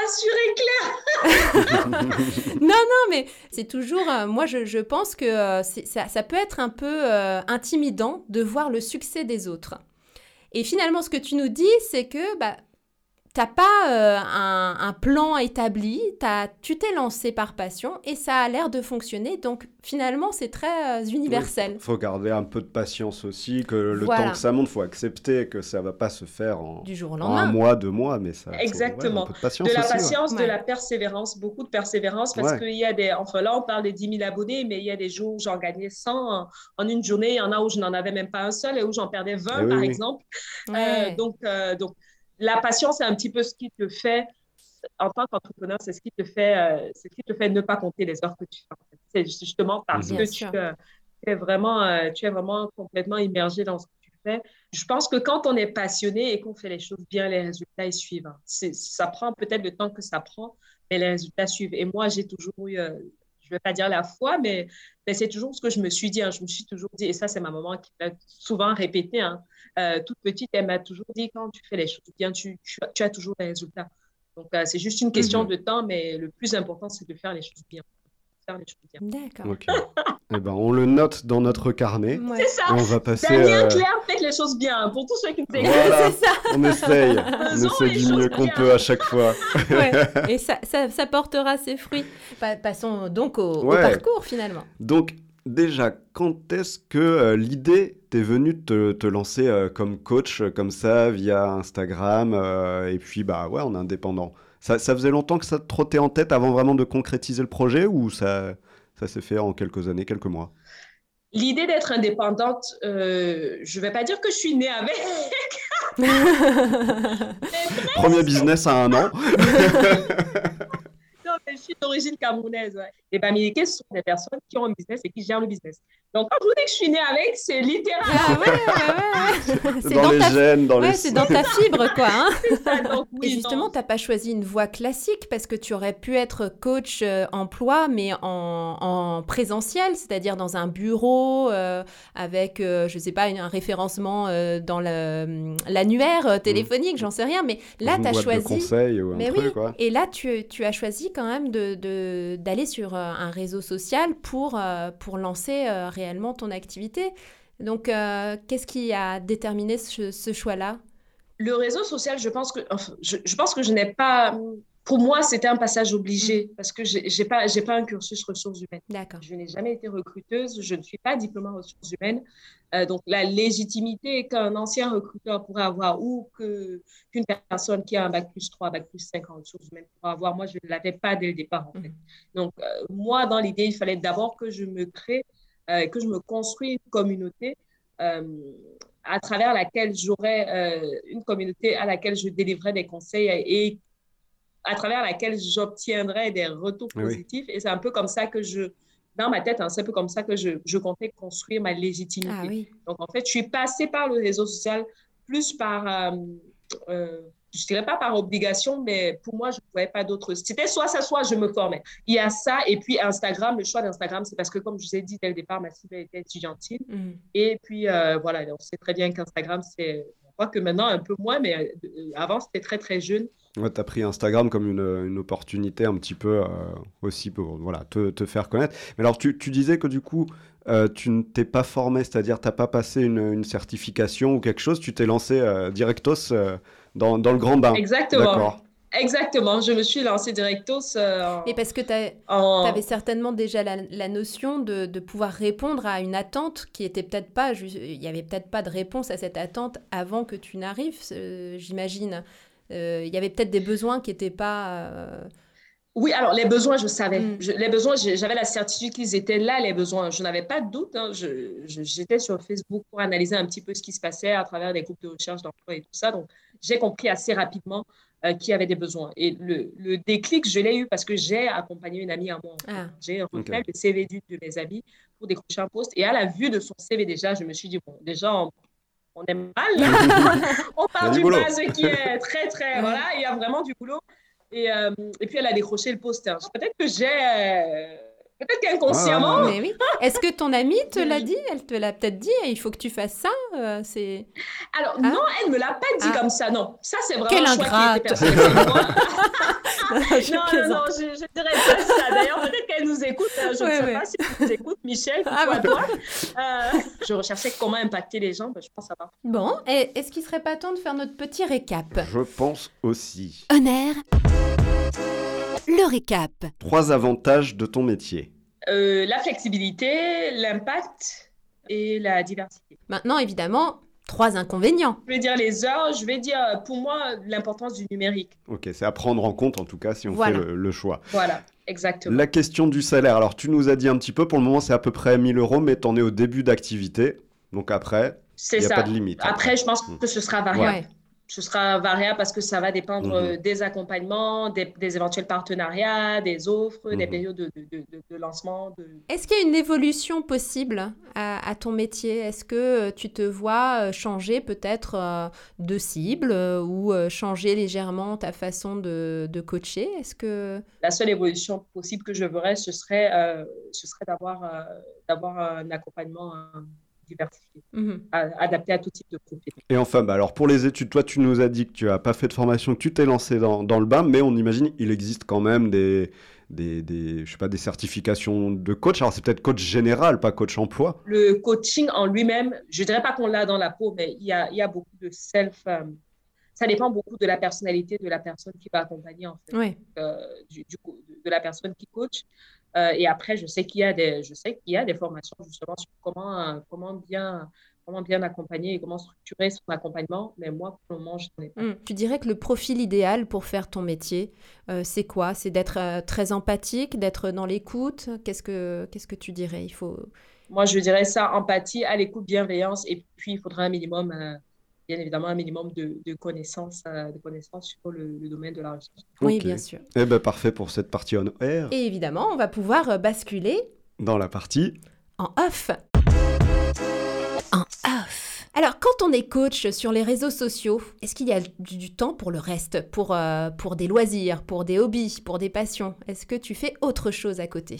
rassurer, Claire. Non, non, mais c'est toujours... Euh, moi, je, je pense que euh, c'est, ça, ça peut être un peu euh, intimidant de voir le succès des autres. Et finalement, ce que tu nous dis, c'est que... Bah, t'as pas euh, un, un plan établi, t'as, tu t'es lancé par passion et ça a l'air de fonctionner. Donc, finalement, c'est très euh, universel. Il faut garder un peu de patience aussi, que le voilà. temps que ça monte, il faut accepter que ça ne va pas se faire en, du jour au lendemain. En un mois, deux mois, mais ça... Exactement. Faut, ouais, un peu de patience de la aussi, patience, ouais. de la persévérance, beaucoup de persévérance parce ouais. qu'il y a des... Enfin là, on parle des dix mille abonnés, mais il y a des jours où j'en gagnais cent en, en une journée. Il y en a où je n'en avais même pas un seul et où j'en perdais vingt, et par oui, exemple. Oui. Euh, donc, euh, donc, la patience, c'est un petit peu ce qui te fait, en tant qu'entrepreneur, c'est ce qui te fait, euh, c'est ce qui te fait ne pas compter les heures que tu fais. C'est justement parce Bien que tu, euh, tu, es vraiment, euh, tu es vraiment complètement immergé dans ce que tu fais. Je pense que quand on est passionné et qu'on fait les choses bien, les résultats, ils suivent. C'est, ça prend peut-être le temps que ça prend, mais les résultats suivent. Et moi, j'ai toujours eu, euh, je ne vais pas dire la foi, mais, mais c'est toujours ce que je me suis dit. Hein. Je me suis toujours dit, et ça, c'est ma maman qui l'a souvent répété, hein. Euh, toute petite, elle m'a toujours dit, quand tu fais les choses bien, tu, tu, tu as toujours des résultats. Donc, euh, c'est juste une question mm-hmm. de temps, mais le plus important, c'est de faire les choses bien. Faire les choses bien. D'accord. Okay. Eh ben, on le note dans notre carnet. Ouais. C'est ça. Et on va passer. Damien, euh... Claire, faites les choses bien. Pour tous ceux qui nous écoutent. Voilà. C'est ça. On essaye. On essaye du mieux qu'on peut à chaque fois. Ouais. Et ça, ça, ça portera ses fruits. Passons donc au, ouais. au parcours, finalement. Donc, déjà, quand est-ce que euh, l'idée t'est venue de te, te lancer euh, comme coach, euh, comme ça, via Instagram, euh, et puis, bah ouais, en indépendant? Ça, ça faisait longtemps que ça te trottait en tête avant vraiment de concrétiser le projet, ou ça, ça s'est fait en quelques années, quelques mois? L'idée d'être indépendante, euh, je ne vais pas dire que je suis née avec. Premier business à un an. Non, mais je suis d'origine camerounaise. Ouais. Les Bamileke, ce sont des personnes qui ont un business et qui gèrent le business. Donc, quand je vous dis que je suis née avec, c'est littéralement... Ah ouais, ouais, ouais. C'est dans, dans les ta... gènes, dans ouais, les... c'est dans ta fibre, quoi. Hein. C'est ça, donc, oui, et justement, tu n'as pas choisi une voie classique parce que tu aurais pu être coach euh, emploi, mais en, en présentiel, c'est-à-dire dans un bureau euh, avec, euh, je ne sais pas, une, un référencement euh, dans le, l'annuaire euh, téléphonique, mmh. j'en sais rien. Mais là, tu as choisi... de conseil ou un mais truc, oui. quoi. Et là, tu, tu as choisi quand même de, de, d'aller sur euh, un réseau social pour, euh, pour lancer euh, réellement ton activité. Donc, euh, qu'est-ce qui a déterminé ce, ce choix-là? Le réseau social, je pense que, enfin, je, je pense que je n'ai pas... pour moi, c'était un passage obligé parce que je n'ai pas, j'ai pas un cursus ressources humaines. D'accord. Je n'ai jamais été recruteuse, je ne suis pas diplômée en ressources humaines. Euh, donc, la légitimité qu'un ancien recruteur pourrait avoir ou que, qu'une personne qui a un bac plus trois, bac plus cinq en ressources humaines pourrait avoir, moi, je ne l'avais pas dès le départ, en fait. Donc, euh, moi, dans l'idée, il fallait d'abord que je me crée, euh, que je me construise une communauté euh, à travers laquelle j'aurais euh, une communauté à laquelle je délivrerais des conseils et à travers laquelle j'obtiendrais des retours positifs. Oui. Et c'est un peu comme ça que je, dans ma tête, hein, c'est un peu comme ça que je, je comptais construire ma légitimité. Ah, oui. Donc, en fait, je suis passée par le réseau social plus par, euh, euh, je ne dirais pas par obligation, mais pour moi, je ne pouvais pas d'autre. C'était soit ça, soit je me formais. Il y a ça, et puis Instagram, le choix d'Instagram, c'est parce que, comme je vous ai dit dès le départ, ma cible était étudiantine. Mm. Et puis, euh, voilà, on sait très bien qu'Instagram, c'est, je crois que maintenant, un peu moins, mais euh, avant, c'était très, très jeune. Ouais, tu as pris Instagram comme une, une opportunité un petit peu euh, aussi pour voilà, te, te faire connaître. Mais alors, tu, tu disais que du coup, euh, tu ne t'es pas formé, c'est-à-dire tu n'as pas passé une, une certification ou quelque chose, tu t'es lancé euh, directos euh, dans, dans le grand bain. Exactement. D'accord. Exactement, je me suis lancée directos. Euh, Et parce que tu en... avais certainement déjà la, la notion de, de pouvoir répondre à une attente qui était peut-être pas, il n'y avait peut-être pas de réponse à cette attente avant que tu n'arrives, euh, j'imagine. Il euh, y avait peut-être des besoins qui n'étaient pas... Euh... Oui, alors les besoins, je savais. Mm. Je, les besoins, j'avais la certitude qu'ils étaient là, les besoins. Je n'avais pas de doute. Hein. Je, je, j'étais sur Facebook pour analyser un petit peu ce qui se passait à travers des groupes de recherche d'emploi et tout ça. Donc, j'ai compris assez rapidement euh, qu'il y avait des besoins. Et le, le déclic, je l'ai eu parce que j'ai accompagné une amie à moi. Ah. J'ai refait okay. le C V d'une de mes amies pour décrocher un poste. Et à la vue de son C V déjà, je me suis dit, bon, déjà, on, on est mal. On part du base qui est très, très... Voilà, il y a vraiment du boulot. Et, euh, et puis, elle a décroché le poste. Peut-être que j'ai... Euh, peut-être qu'inconsciemment... Ah, mais oui. Est-ce que ton amie te l'a dit? Elle te l'a peut-être dit, il faut que tu fasses ça euh, c'est... Alors, ah. non, elle ne me l'a pas dit ah. comme ça, non. Ça, c'est vraiment Quelle un choix ingrate. qui était personnel. non, non, non, je ne dirais pas ça. D'ailleurs, peut-être qu'elle nous écoute. Je ne ouais, sais ouais. pas si tu nous écoutes, Michel, ou ah, toi. Euh, je recherchais comment impacter les gens. Ben, je pense savoir. Bon, et est-ce qu'il ne serait pas temps de faire notre petit récap? Je pense aussi. Honneur, le récap. Trois avantages de ton métier. Euh, la flexibilité, l'impact et la diversité. Maintenant, évidemment, trois inconvénients. Je vais dire les heures, je vais dire pour moi l'importance du numérique. Ok, c'est à prendre en compte en tout cas si on voilà. fait le, le choix. Voilà, exactement. La question du salaire, alors tu nous as dit un petit peu, pour le moment c'est à peu près mille euros, mais tu en es au début d'activité, donc après, il n'y a ça. pas de limite. Après, après, je pense que ce sera variable. Ouais. Ce sera variable parce que ça va dépendre mmh. des accompagnements, des, des éventuels partenariats, des offres, mmh. des périodes de, de, de, de lancement. De... Est-ce qu'il y a une évolution possible à, à ton métier? Est-ce que tu te vois changer peut-être euh, de cible euh, ou euh, changer légèrement ta façon de, de coacher? Est-ce que... La seule évolution possible que je verrais, ce serait, euh, ce serait d'avoir, euh, d'avoir un accompagnement... Euh, diversifié, mmh. adapté à tout type de profil. Et enfin, bah alors pour les études, toi tu nous as dit que tu n'as pas fait de formation, que tu t'es lancé dans, dans le bain, mais on imagine il existe quand même des, des, des, je sais pas, des certifications de coach. Alors c'est peut-être coach général, pas coach emploi. Le coaching en lui-même, je ne dirais pas qu'on l'a dans la peau, mais il y a, il y a beaucoup de self... Euh, ça dépend beaucoup de la personnalité de la personne qui va accompagner, en fait, oui. euh, du, du, de la personne qui coach. Euh, et après, je sais qu'il y a des, je sais qu'il y a des formations justement sur comment, euh, comment, bien, comment bien accompagner et comment structurer son accompagnement. Mais moi, pour le moment, je n'en ai pas. Mmh. Tu dirais que le profil idéal pour faire ton métier, euh, c'est quoi? C'est d'être euh, très empathique, d'être dans l'écoute? Qu'est-ce que, qu'est-ce que tu dirais? Il faut... Moi, je dirais ça, empathie, à l'écoute, bienveillance. Et puis, il faudra un minimum... Euh, bien évidemment un minimum de, de, connaissances, euh, de connaissances sur le, le domaine de la recherche. Oui, okay. bien sûr. Eh bien, parfait pour cette partie en air. Et évidemment, on va pouvoir euh, basculer... dans la partie... en off. En off. Alors, quand on est coach sur les réseaux sociaux, est-ce qu'il y a du, du temps pour le reste, pour, euh, pour des loisirs, pour des hobbies, pour des passions? Est-ce que tu fais autre chose à côté?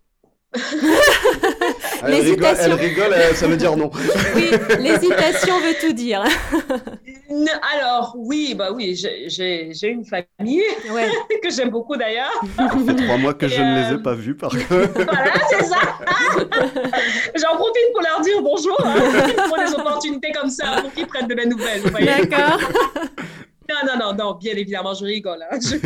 Elle l'hésitation. Rigole, elle rigole, elle, ça veut dire non. Oui, l'hésitation veut tout dire. Alors, oui, bah oui, j'ai, j'ai, j'ai une famille ouais. que j'aime beaucoup d'ailleurs. Ça fait trois mois que Et je euh... ne les ai pas vus, par contre. Voilà, c'est ça. J'en profite pour leur dire bonjour, hein, pour des opportunités comme ça, pour qu'ils prennent de mes nouvelles. D'accord. Non, non, non, non, bien évidemment, je rigole. Hein. Je,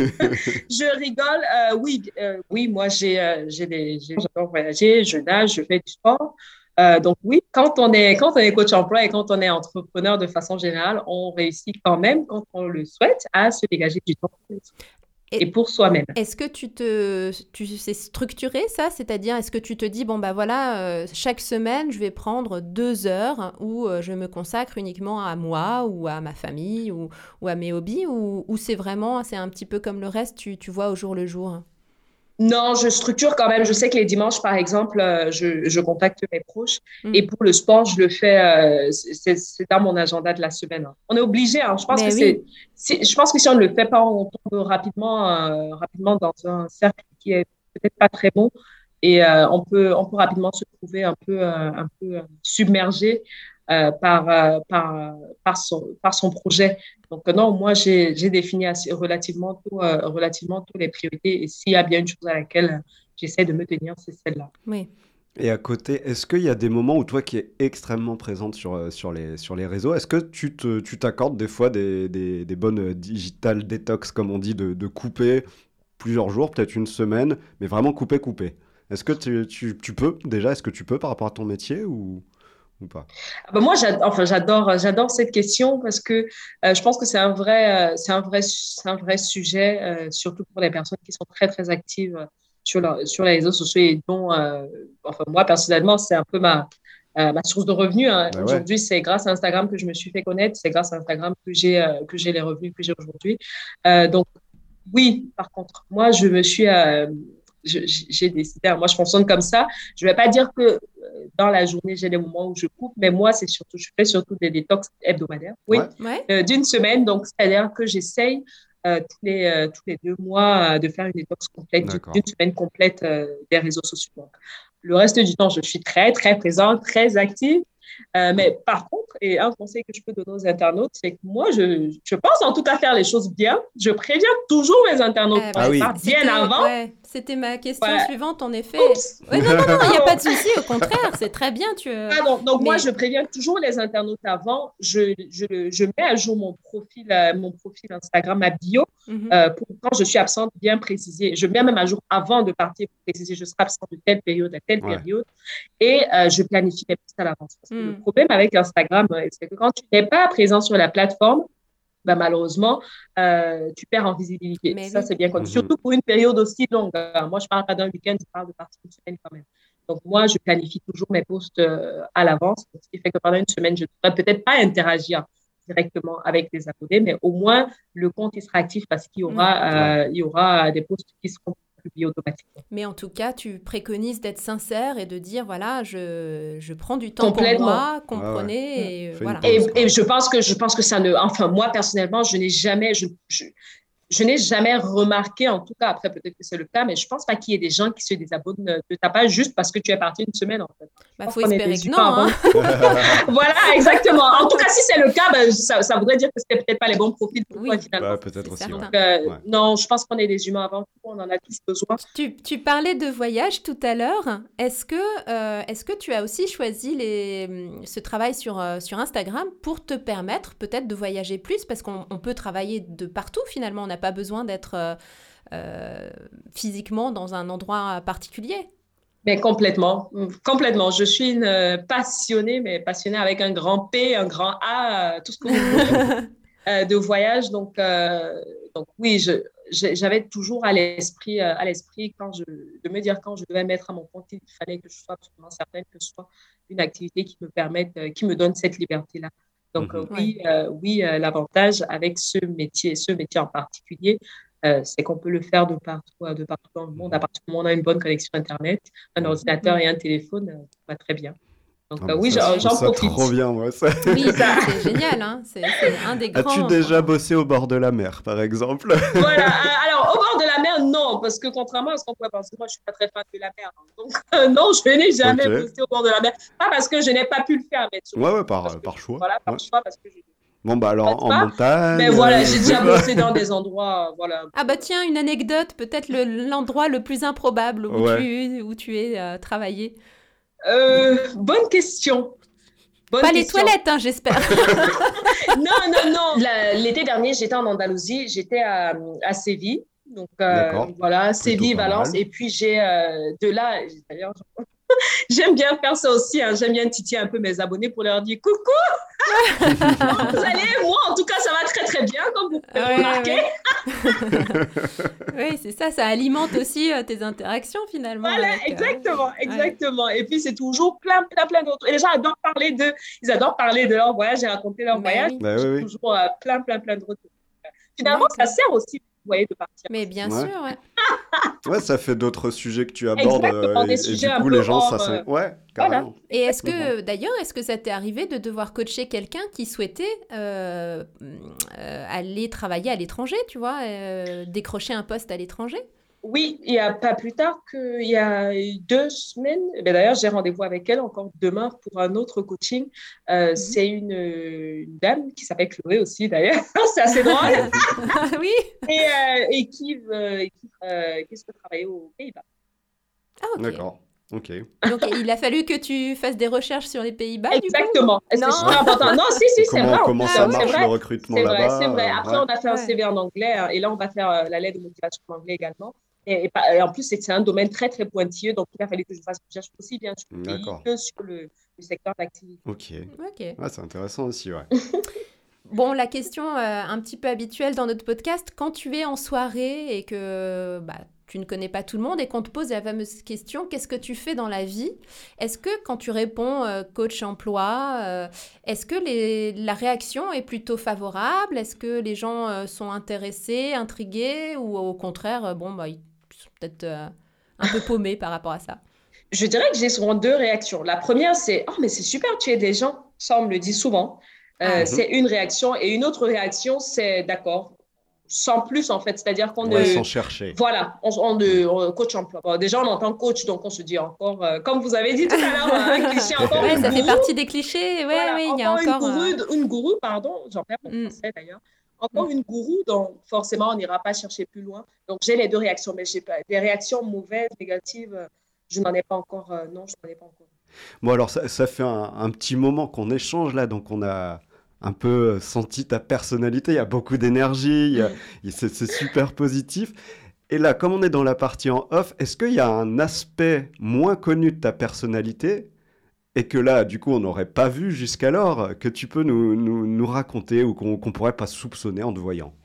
je rigole. Euh, oui, euh, oui, moi, j'ai, euh, j'ai des, j'ai, j'adore voyager, je nage, je fais du sport. Euh, donc oui, quand on est quand on est coach emploi et quand on est entrepreneur de façon générale, on réussit quand même, quand on le souhaite, à se dégager du temps pour les autres et, et pour soi-même. Est-ce que tu te tu sais structurer ça, c'est-à-dire est-ce que tu te dis bon bah voilà euh, chaque semaine je vais prendre deux heures où euh, je me consacre uniquement à moi ou à ma famille ou, ou à mes hobbies ou, ou c'est vraiment c'est un petit peu comme le reste, tu tu vois au jour le jour? Non, je structure quand même. Je sais que les dimanches, par exemple, euh, je, je contacte mes proches. Mm. Et pour le sport, je le fais, euh, c'est, c'est dans mon agenda de la semaine. Hein. On est obligé. Hein. Je pense Mais que oui. c'est, c'est, je pense que si on ne le fait pas, on tombe rapidement, euh, rapidement dans un cercle qui est peut-être pas très bon. Et euh, on peut, on peut rapidement se trouver un peu, euh, un peu submergé euh, par, euh, par, par son, par son projet. Donc non, moi, j'ai, j'ai défini assez, relativement, tout, euh, relativement toutes les priorités. Et s'il y a bien une chose à laquelle j'essaie de me tenir, c'est celle-là. Oui. Et à côté, est-ce qu'il y a des moments où toi qui es extrêmement présente sur, sur, les, sur les réseaux, est-ce que tu, te, tu t'accordes des fois des, des, des bonnes digital detox, comme on dit, de, de couper plusieurs jours, peut-être une semaine, mais vraiment couper, couper? Est-ce que tu, tu, tu peux déjà, est-ce que tu peux par rapport à ton métier ou... ou pas? Ben moi, j'adore, enfin, j'adore, j'adore cette question parce que euh, je pense que c'est un vrai, euh, c'est un vrai, c'est un vrai sujet, euh, surtout pour les personnes qui sont très, très actives sur, leur, sur les réseaux sociaux et dont, euh, enfin, moi, personnellement, c'est un peu ma, euh, ma source de revenus. Hein. Ben aujourd'hui, ouais. C'est grâce à Instagram que je me suis fait connaître. C'est grâce à Instagram que j'ai, euh, que j'ai les revenus que j'ai aujourd'hui. Euh, donc, oui, par contre, moi, je me suis... Euh, Je, j'ai décidé, moi je fonctionne comme ça. Je ne vais pas dire que dans la journée, j'ai des moments où je coupe, mais moi, c'est surtout, je fais surtout des détox hebdomadaires, oui, ouais. euh, d'une semaine. Donc, c'est-à-dire que j'essaye euh, tous, les, euh, tous les deux mois euh, de faire une détox complète, d'une, d'une semaine complète euh, des réseaux sociaux. Donc, le reste du temps, je suis très, très présente, très active. Euh, mais par contre, et un conseil que je peux donner aux internautes, c'est que moi, je, je pense en tout cas faire les choses bien. Je préviens toujours mes internautes euh, ah oui. bien c'était, avant. Ouais, c'était ma question ouais. suivante, en effet. Ouais, non, non, non, il n'y a pas de souci, au contraire, c'est très bien. Tu... Ah non, donc mais... moi, je préviens toujours les internautes avant. Je, je, je mets à jour mon profil, euh, mon profil Instagram, ma bio, mm-hmm. euh, pour quand je suis absente, bien préciser. Je mets même à jour avant de partir pour préciser je serai absente de telle période à telle ouais. période. Et euh, je planifie mes posts à l'avance. Parce que mm. le problème avec Instagram, c'est que quand tu n'es pas présent sur la plateforme, ben malheureusement, euh, tu perds en visibilité. Mais ça, oui. c'est bien connu. Mm-hmm. Surtout pour une période aussi longue. Euh, moi, je ne parle pas d'un week-end, je parle de partir une semaine quand même. Donc, moi, je planifie toujours mes posts euh, à l'avance, ce qui fait que pendant une semaine, je ne pourrais peut-être pas interagir directement avec les abonnés, mais au moins, le compte il sera actif parce qu'il y aura, mm-hmm. euh, il y aura des posts qui seront publiés automatiquement. Mais en tout cas, tu préconises d'être sincère et de dire, voilà, je, je prends du temps pour moi, comprenez. Ah ouais. Et, voilà. et, et je pense que, je pense que ça ne... Enfin, moi, personnellement, je n'ai jamais... Je, je, Je n'ai jamais remarqué, en tout cas, après peut-être que c'est le cas, mais je ne pense pas qu'il y ait des gens qui se désabonnent de ta page juste parce que tu es parti une semaine, en fait. Il bah, faut espérer que non. Hein. Voilà, exactement. En tout cas, si c'est le cas, bah, ça, ça voudrait dire que ce n'était peut-être pas les bons profils pour oui. toi, finalement. Bah, peut-être aussi. Donc, euh, ouais. Non, je pense qu'on est des humains avant tout, on en a tous besoin. Tu, tu parlais de voyage tout à l'heure. Est-ce que, euh, est-ce que tu as aussi choisi les, ce travail sur, euh, sur Instagram pour te permettre peut-être de voyager plus? Parce qu'on on peut travailler de partout, finalement. On n'a pas besoin d'être euh, euh, physiquement dans un endroit particulier. Mais complètement, complètement. Je suis une passionnée, mais passionnée avec un grand P, un grand A, tout ce que vous voulez, euh, de voyage. Donc, euh, donc oui, je, je, j'avais toujours à l'esprit, euh, à l'esprit quand je, de me dire quand je devais mettre à mon compte, il fallait que je sois absolument certaine que ce soit une activité qui me permette, euh, qui me donne cette liberté-là. Donc, mm-hmm. euh, oui, euh, oui euh, l'avantage avec ce métier, ce métier en particulier, euh, c'est qu'on peut le faire de partout, de partout dans le monde. À partir du moment où on a une bonne connexion Internet, un ordinateur et un téléphone, euh, ça va très bien. Donc, ah, euh, oui, ça, j'en, j'en ça profite. Trop bien, moi. Ça. Oui, ça, c'est génial. Hein. C'est, c'est un des grands. As-tu déjà bossé au bord de la mer, par exemple? Voilà. Alors, au bord de la mer, non, parce que contrairement à ce qu'on pourrait penser, moi, je ne suis pas très fan de la mer. Hein. Donc, euh, non, je n'ai jamais okay. bossé au bord de la mer. Pas parce que je n'ai pas pu le faire, mais ouais, ouais, par, par que, choix. Voilà, par ouais. choix, parce que j'ai... Bon, bah alors, en pas, montagne... Mais voilà, j'ai déjà bossé dans des endroits, voilà. Ah bah tiens, une anecdote, peut-être le, l'endroit le plus improbable où, ouais. tu, où tu es euh, travaillé. Euh, bonne question. Bonne Pas les question. toilettes, hein, j'espère. Non, non, non. La- l'été dernier, j'étais en Andalousie, j'étais à, à Séville. Donc, euh, D'accord. voilà, Plutôt Séville, pas Valence. mal. Et puis, j'ai euh, de là, d'ailleurs, j'aime bien faire ça aussi. Hein. J'aime bien titiller un peu mes abonnés pour leur dire coucou. Vous allez, moi, en tout cas, ça va très, très bien, comme vous pouvez Ouais, remarquer. Oui, c'est ça, ça alimente aussi euh, tes interactions finalement. Voilà, avec, euh, exactement, exactement. Et puis, c'est toujours plein, plein, plein d'autres. Et les gens adorent parler de, ils adorent parler de leur voyage et raconter leur Ben voyage. oui. Bah oui, J'ai oui. toujours euh, plein, plein, plein de retours. Finalement, ça D'accord. sert aussi, vous voyez, de partir. Mais bien Ouais. sûr, ouais. Ouais, ça fait d'autres sujets que tu abordes. Exactement, euh, des et, et sujets du un coup, peu les gens, ça hors, c'est. euh, Ouais, voilà. carrément. Et est-ce que, d'ailleurs, est-ce que ça t'est arrivé de devoir coacher quelqu'un qui souhaitait euh, euh, aller travailler à l'étranger, tu vois, euh, décrocher un poste à l'étranger? Oui, il y a pas plus tard qu'il y a deux semaines. Ben d'ailleurs, j'ai rendez-vous avec elle encore demain pour un autre coaching. Euh, Mhm. C'est une, une dame qui s'appelle Chloé aussi, d'ailleurs. C'est assez drôle. Oui. Et, euh, et qui, veut, et qui, euh, qui souhaite travailler aux Pays-Bas. Ah, ok. D'accord. Ok. Donc, il a fallu que tu fasses des recherches sur les Pays-Bas, du coup? Exactement. Et C'est Non. super important. Non, si, si, c'est Comment, vrai. en comment plus, ça c'est marche vrai. le recrutement C'est vrai, là-bas c'est vrai. euh, Après, ouais. on a fait un Ouais. C V en anglais hein, et là, on va faire euh, la lettre de motivation en anglais également. Et, et pas- et en plus, c'est c'est un domaine très, très pointilleux. Donc, il a fallu que je fasse une recherche aussi bien sur le pays D'accord. que sur le, le secteur d'activité. Ok. Ok. Ah, c'est intéressant aussi, ouais. Bon, la question euh, un petit peu habituelle dans notre podcast, quand tu es en soirée et que bah, tu ne connais pas tout le monde et qu'on te pose la fameuse question, qu'est-ce que tu fais dans la vie? Est-ce que quand tu réponds euh, coach emploi, euh, est-ce que les- la réaction est plutôt favorable? Est-ce que les gens euh, sont intéressés, intrigués ou au contraire, euh, bon, bah, ils sont peut-être euh, un peu paumés par rapport à ça? Je dirais que j'ai souvent deux réactions. La première, c'est « Oh, mais c'est super, tu es des gens. » Ça, on me le dit souvent. Euh, Ah. C'est une réaction. Et une autre réaction, c'est « D'accord. » Sans plus, en fait. C'est-à-dire qu'on Ouais, ne... sans chercher. Voilà, on, on, de- on- coach emploi. Bon, déjà, on entend coach, donc on se dit encore, euh, comme vous avez dit tout à l'heure, un cliché encore. Ouais, une ça fait gourou. partie des clichés. Ouais, Voilà, oui, il y a encore, encore. une, euh, gourou, une gourou, pardon, j'en perds mon Mm. français d'ailleurs. Encore Mm. une gourou, donc forcément, on n'ira pas chercher plus loin. Donc, j'ai les deux réactions, mais j'ai pas, des réactions mauvaises, négatives, euh, je n'en ai pas encore. euh, non, je n'en ai pas encore. Bon, alors, ça, ça fait un, un petit moment qu'on échange là, donc on a un peu senti ta personnalité. Il y a beaucoup d'énergie, il y a- il- c'est c'est super positif. Et là, comme on est dans la partie en off, est-ce qu'il y a un aspect moins connu de ta personnalité et que là, du coup, on n'aurait pas vu jusqu'alors, que tu peux nous, nous, nous raconter ou qu'on qu'on pourrait pas soupçonner en te voyant?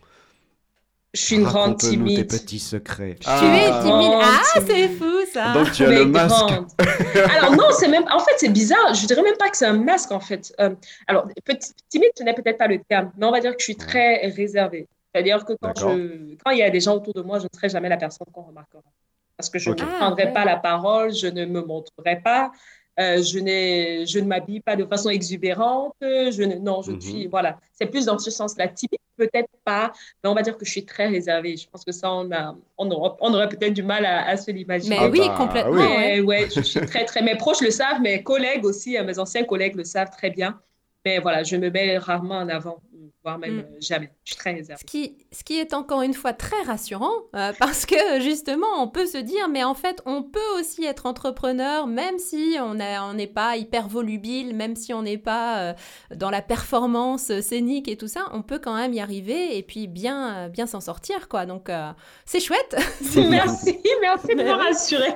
Je suis une grande Raconte-nous tes timide. petits secrets. Tu es Ah, timide. grande Ah, timide. c'est fou ça. donc tu as Mais le masque. grande. Alors non, c'est même. En fait, c'est bizarre. Je dirais même pas que c'est un masque en fait. Euh, alors petit, timide, ce n'est peut-être pas le terme, mais on va dire que je suis très réservée. C'est-à-dire que quand D'accord. je, quand il y a des gens autour de moi, je ne serai jamais la personne qu'on remarquera. Parce que je Ok. ne Ah, prendrai ouais. pas la parole, je ne me montrerai pas, euh, je, n'ai, je ne m'habille pas de façon exubérante. Je ne, non, je Mhm. suis. Voilà. C'est plus dans ce sens-là. Timide, peut-être pas, mais on va dire que je suis très réservée. Je pense que ça, on, a, on, aurait, on aurait peut-être du mal à, à se l'imaginer. Mais Ah oui, bah, complètement. oui. Ouais. Mais ouais, je suis très, très. Mes proches le savent, mes collègues aussi, euh, mes anciens collègues le savent très bien. Mais voilà, je me mets rarement en avant, voire même Mm. euh, jamais. Je suis très réservée. Ce qui, ce qui est encore une fois très rassurant, euh, parce que justement, on peut se dire, mais en fait, on peut aussi être entrepreneur, même si on a- on n'est pas hyper volubile, même si on n'est pas euh, dans la performance scénique et tout ça, on peut quand même y arriver et puis bien, euh, bien s'en sortir, quoi. Donc, euh, c'est chouette. C'est bien. Merci, merci de Mais me oui. rassurer.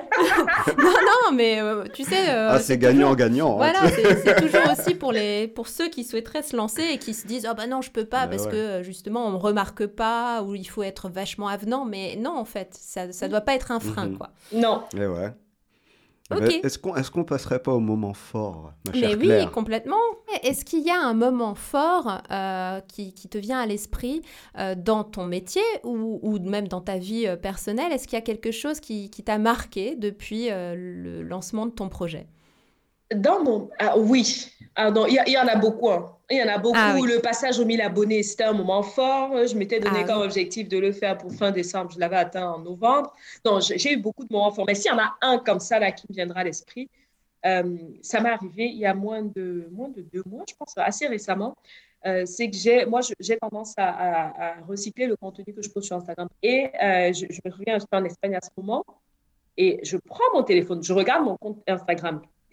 Non, mais euh, tu sais... euh, Ah, c'est gagnant-gagnant. hein, Voilà, tu sais. c'est c'est toujours aussi pour, les, pour ceux qui souhaiteraient se lancer et qui se disent « Ah bah non, je peux pas Bah parce ouais. que euh, justement, on me remarque pas ou il faut être vachement avenant. » Mais non, en fait, ça ça doit pas être un frein, Mhm. quoi. Non. Eh ouais. Ok. Mais Est-ce qu'on est-ce qu'on passerait pas au moment fort, ma chère Mais oui, Claire? complètement. Est-ce qu'il y a un moment fort euh, qui, qui te vient à l'esprit euh, dans ton métier ou, ou même dans ta vie euh, personnelle? Est-ce qu'il y a quelque chose qui, qui t'a marqué depuis euh, le lancement de ton projet? Dans mon... Ah, oui. Ah, non, il y, a- il y en a beaucoup. hein. Il y en a beaucoup. Ah oui. Le passage aux mille abonnés, c'était un moment fort. Je m'étais donné Ah comme oui. objectif de le faire pour fin décembre. Je l'avais atteint en novembre. Non, j'ai j'ai eu beaucoup de moments forts. Mais s'il y en a un comme ça là, qui me viendra à l'esprit, euh, ça m'est arrivé il y a moins de, moins de deux mois, je pense, assez récemment. Euh, c'est que j'ai, moi, je- j'ai tendance à, à- à recycler le contenu que je pose sur Instagram. Et euh, je, je me souviens, j'étais en Espagne à ce moment. Et je prends mon téléphone, je regarde mon compte Instagram.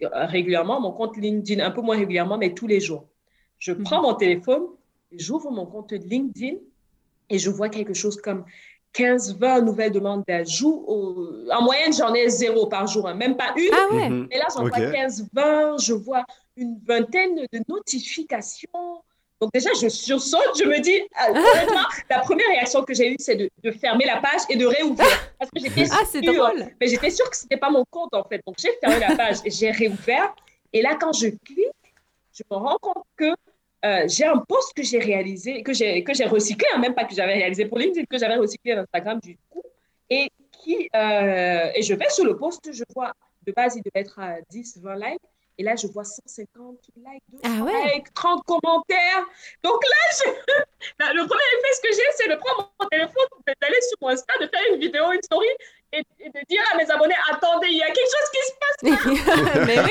régulièrement, mon compte LinkedIn, un peu moins régulièrement, mais tous les jours. Je Mhm. prends mon téléphone, j'ouvre mon compte LinkedIn et je vois quelque chose comme quinze vingt nouvelles demandes d'ajout. Au- En moyenne, j'en ai zéro par jour, hein, même pas une. Ah ouais. Mhm. Mais là, j'en Ok. vois quinze vingt, je vois une vingtaine de notifications. Donc déjà, je sursaute, je me dis, euh, honnêtement, la première réaction que j'ai eue, c'est de, de fermer la page et de réouvrir. Parce que j'étais Ah, c'est sûre, drôle. mais j'étais sûre que ce n'était pas mon compte, en fait. Donc j'ai fermé la page et j'ai réouvert. Et là, quand je clique, je me rends compte que euh, j'ai un post que j'ai réalisé, que j'ai, que j'ai recyclé, hein, même pas que j'avais réalisé pour LinkedIn, que j'avais recyclé sur Instagram du coup. Et, qui, euh, et je vais sur le post, je vois, de base, il devait être à dix vingt likes. Et là, je vois cent cinquante likes, deux cents Ah ouais. likes, trente commentaires. Donc là, je... là, le premier réflexe que j'ai, c'est de prendre mon téléphone, d'aller sur mon Insta, de faire une vidéo, une story et, et de dire à mes abonnés, attendez, il y a quelque chose qui se passe. Mais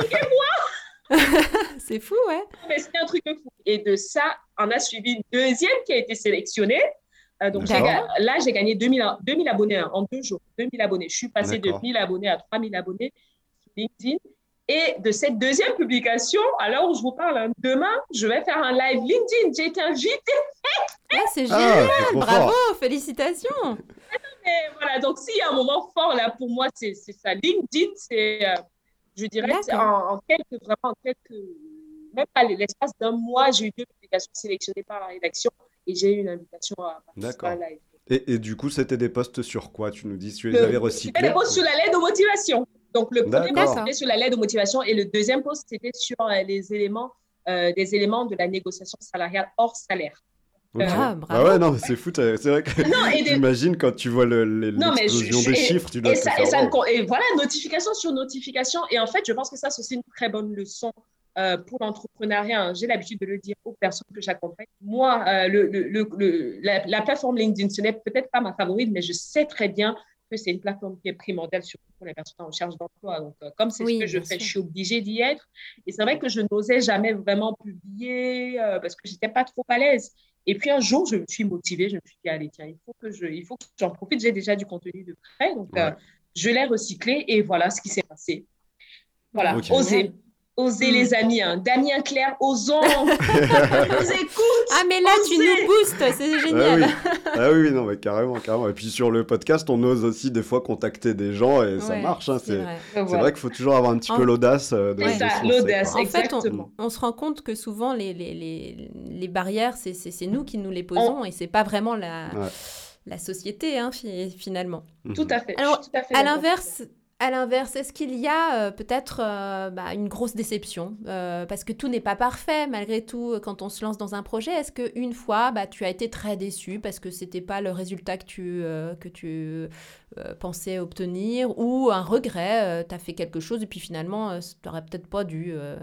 ouais. C'est fou, ouais. Mais c'était un truc de fou. Et de ça, on a suivi une deuxième qui a été sélectionnée. Euh, donc j'ai D'accord. ga- là, j'ai gagné deux mille, deux mille abonnés hein, en deux jours. deux mille abonnés. Je suis passée de D'accord. mille abonnés à trois mille abonnés sur LinkedIn. Et de cette deuxième publication, à l'heure où je vous parle, hein, demain, je vais faire un live LinkedIn. J'ai été invitée. Ah, c'est Ah, génial. c'est trop Bravo, fort. félicitations. Et voilà, donc s'il y a un moment fort là pour moi, c'est, c'est ça. LinkedIn, c'est, euh, je dirais, c'est D'accord. en, en quelques, vraiment en quelques, même pas l'espace d'un mois, j'ai eu deux publications sélectionnées par la rédaction et j'ai eu une invitation à participer à un D'accord. live. Et, et du coup, c'était des posts sur quoi? Tu nous dis, tu les Le- avais C'était recyclés? des posts sur la lettre de motivation. Donc, le premier post, D'accord. c'était sur la lettre de motivation et le deuxième post, c'était sur euh, les éléments, euh, des éléments de la négociation salariale hors salaire. Ok. Ah, Ah bravo. ouais, non, mais c'est fou. t'as- C'est vrai que Non, et des- j'imagine quand tu vois le- le- Non, mais je- l'explosion je- des et- chiffres, tu dois Et, te ça, faire et, ça me wow. con- et voilà, notification sur notification. Et en fait, je pense que ça, c'est aussi une très bonne leçon euh, pour l'entrepreneuriat. hein. J'ai l'habitude de le dire aux personnes que j'accompagne. Moi, euh, le, le, le, le- la, la plateforme LinkedIn, ce n'est peut-être pas ma favorite, mais je sais très bien que c'est une plateforme qui est primordiale, surtout pour les personnes en recherche d'emploi. Donc, euh, comme c'est Oui, ce que je bien fais, sûr. je suis obligée d'y être. Et c'est vrai que je n'osais jamais vraiment publier euh, parce que je n'étais pas trop à l'aise. Et puis un jour, je me suis motivée, je me suis dit, allez, tiens, il faut que, je, il faut que j'en profite. J'ai déjà du contenu de près, donc euh, Ouais. je l'ai recyclé et voilà ce qui s'est passé. Voilà, Ok. osez. Osez, Mm. les amis. Hein. Damien Claire, osons. On nous écoute. Ah, mais là, tu Osez. nous boostes, c'est Ah génial. oui. Ah oui, oui, non, mais carrément, carrément. Et puis sur le podcast, on ose aussi des fois contacter des gens et ça Ouais, marche. hein. c'est C'est vrai. c'est Voilà. vrai qu'il faut toujours avoir un petit En- peu l'audace euh, de, C'est de ça, se lancer, l'audace, quoi. En fait, on, exactement. on se rend compte que souvent, les, les, les, les barrières, c'est, c'est, c'est nous qui nous les posons et c'est pas vraiment la, Ouais. la société, hein, fi- finalement. Tout à fait. Alors, je suis tout à fait À d'accord. l'inverse, à l'inverse, est-ce qu'il y a euh, peut-être euh, bah, une grosse déception euh, parce que tout n'est pas parfait malgré tout quand on se lance dans un projet. Est-ce qu'une fois, bah, tu as été très déçu parce que c'était pas le résultat que tu, euh, que tu euh, pensais obtenir ou un regret, tu as fait quelque chose et puis finalement, euh, tu n'aurais peut-être pas dû... euh,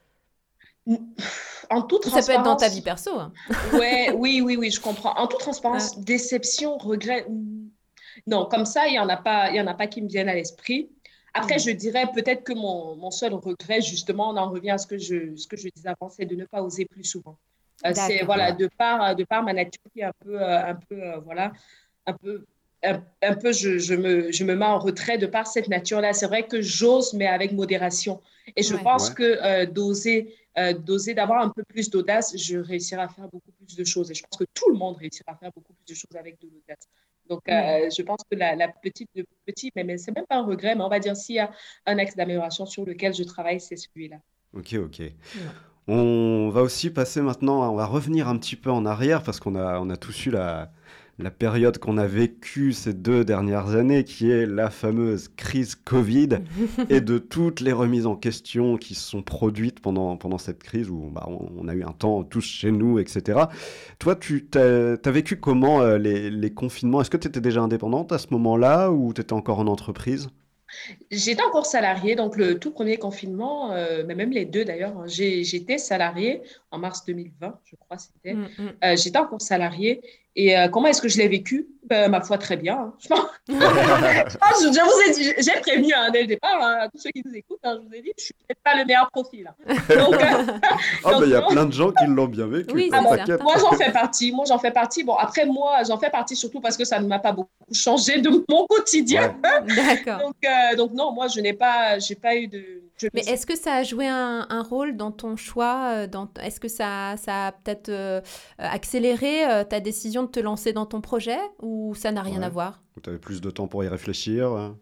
En toute Ça peut être dans ta transparence- vie perso. hein. Ouais, oui, oui, oui, je comprends. En toute transparence, déception, regret. hmm, Non, comme ça, il n'y en a pas, il y en a pas qui me viennent à l'esprit. Après, Mm. je dirais peut-être que mon, mon seul regret, justement, on en revient à ce que je, ce que je disais avant, c'est de ne pas oser plus souvent. Euh, c'est D'accord. voilà, de par, de par ma nature qui est un peu, euh, un peu, euh, voilà, un peu, un, un peu, je, je me, je me mets en retrait de par cette nature-là. C'est vrai que j'ose, mais avec modération. Et je Ouais. pense Ouais. que euh, d'oser, euh, d'oser, d'avoir un peu plus d'audace, je réussirai à faire beaucoup plus de choses. Et je pense que tout le monde réussira à faire beaucoup plus de choses avec de l'audace. Donc, euh, je pense que la, la petite, le petit, mais, mais c'est même pas un regret, mais on va dire s'il y a un axe d'amélioration sur lequel je travaille, c'est celui-là. Ok, ok. On va aussi passer maintenant, on va revenir un petit peu en arrière parce qu'on a, on a tous eu la, la période qu'on a vécue ces deux dernières années, qui est la fameuse crise Covid et de toutes les remises en question qui se sont produites pendant, pendant cette crise où bah, on, on a eu un temps tous chez nous, et cetera. Toi, tu as vécu comment euh, les, les confinements? Est-ce que tu étais déjà indépendante à ce moment-là ou tu étais encore en entreprise? J'étais encore salariée, donc le tout premier confinement, euh, mais même les deux d'ailleurs, hein, j'ai- j'étais salariée. en mars deux mille vingt, je crois c'était. Mm, mm. Euh, j'étais encore salariée. Et euh, comment est-ce que je l'ai vécu? Ben, ma foi, très bien. Hein. Je pense, je, pense, je vous ai dit, j'ai prévenu hein, dès le départ, hein, à tous ceux qui nous écoutent, hein, je vous ai dit, je suis peut-être pas le meilleur profil. Hein. Donc, euh, Ah, donc, mais il y a non. plein de gens qui l'ont bien vécu. Oui, quoi, c'est t'inquiète. certain. Moi, j'en fais partie. Moi, j'en fais partie. Bon, après, moi, j'en fais partie surtout parce que ça ne m'a pas beaucoup changé de mon quotidien. Ouais. D'accord. Donc, euh, donc, non, moi, je n'ai pas, j'ai pas eu de... je Mais me suis- est-ce que ça a joué un, un rôle dans ton choix euh, dans, est-ce que ça, ça a peut-être euh, accéléré euh, ta décision de te lancer dans ton projet ou ça n'a rien Ouais. à voir? Tu avais plus de temps pour y réfléchir. hein.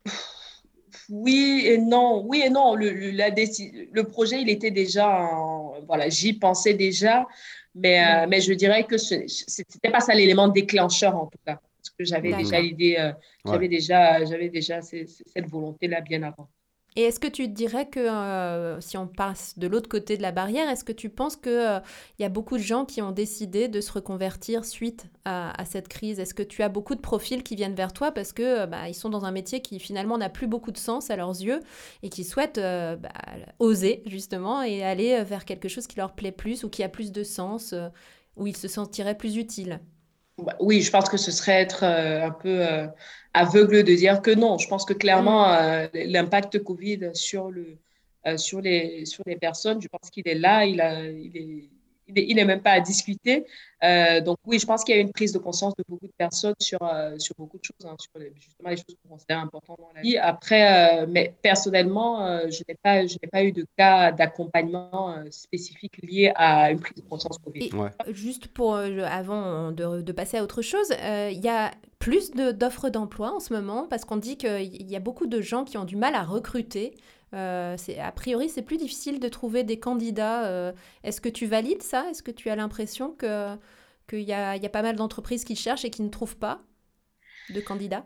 Oui et non. Oui et non. Le, le, la déci- le projet, il était déjà... en- Voilà, j'y pensais déjà. Mais, euh, Mm. mais je dirais que ce n'était pas ça l'élément déclencheur, en tout cas. Parce que j'avais D'accord. déjà l'idée, euh, Ouais. j'avais déjà, j'avais déjà ces- ces- cette volonté-là bien avant. Et est-ce que tu te dirais que euh, si on passe de l'autre côté de la barrière, est-ce que tu penses qu'il euh, y a beaucoup de gens qui ont décidé de se reconvertir suite à, à cette crise? Est-ce que tu as beaucoup de profils qui viennent vers toi parce que euh, bah, ils sont dans un métier qui finalement n'a plus beaucoup de sens à leurs yeux et qui souhaitent euh, bah, oser justement et aller vers quelque chose qui leur plaît plus ou qui a plus de sens, euh, où ils se sentiraient plus utiles? Bah, Oui, je pense que ce serait être euh, un peu euh, aveugle de dire que non. Je pense que clairement, euh, l'impact Covid sur, le, euh, sur, les, sur les personnes, je pense qu'il est là, il a, il est, il est, il est même pas à discuter. Euh, donc oui, je pense qu'il y a une prise de conscience de beaucoup de personnes sur, euh, sur beaucoup de choses, hein, sur les, justement les choses qu'on considère importantes dans la vie. Après, euh, mais personnellement, euh, je n'ai pas, je n'ai pas eu de cas d'accompagnement euh, spécifique lié à une prise de conscience Covid. Et Ouais. juste pour, euh, avant de, de passer à autre chose, euh, il y a plus de- d'offres d'emploi en ce moment parce qu'on dit qu'il y a beaucoup de gens qui ont du mal à recruter. Euh, c'est, a priori, c'est plus difficile de trouver des candidats. Euh, est-ce que tu valides ça? Est-ce que tu as l'impression que, qu'il y a, il y a pas mal d'entreprises qui cherchent et qui ne trouvent pas de candidats?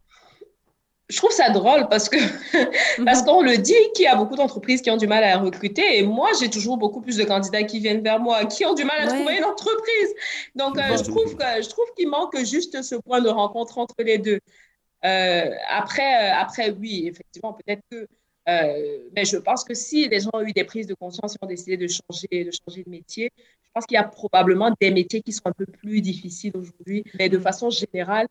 Je trouve ça drôle parce que parce qu'on le dit qu'il y a beaucoup d'entreprises qui ont du mal à recruter et moi j'ai toujours beaucoup plus de candidats qui viennent vers moi qui ont du mal à Ouais. trouver une entreprise. Donc euh, je trouve que je trouve qu'il manque juste ce point de rencontre entre les deux. Euh, après euh, après oui effectivement peut-être que euh, mais je pense que si les gens ont eu des prises de conscience et ont décidé de changer de changer de métier, je pense qu'il y a probablement des métiers qui sont un peu plus difficiles aujourd'hui, mais de façon générale.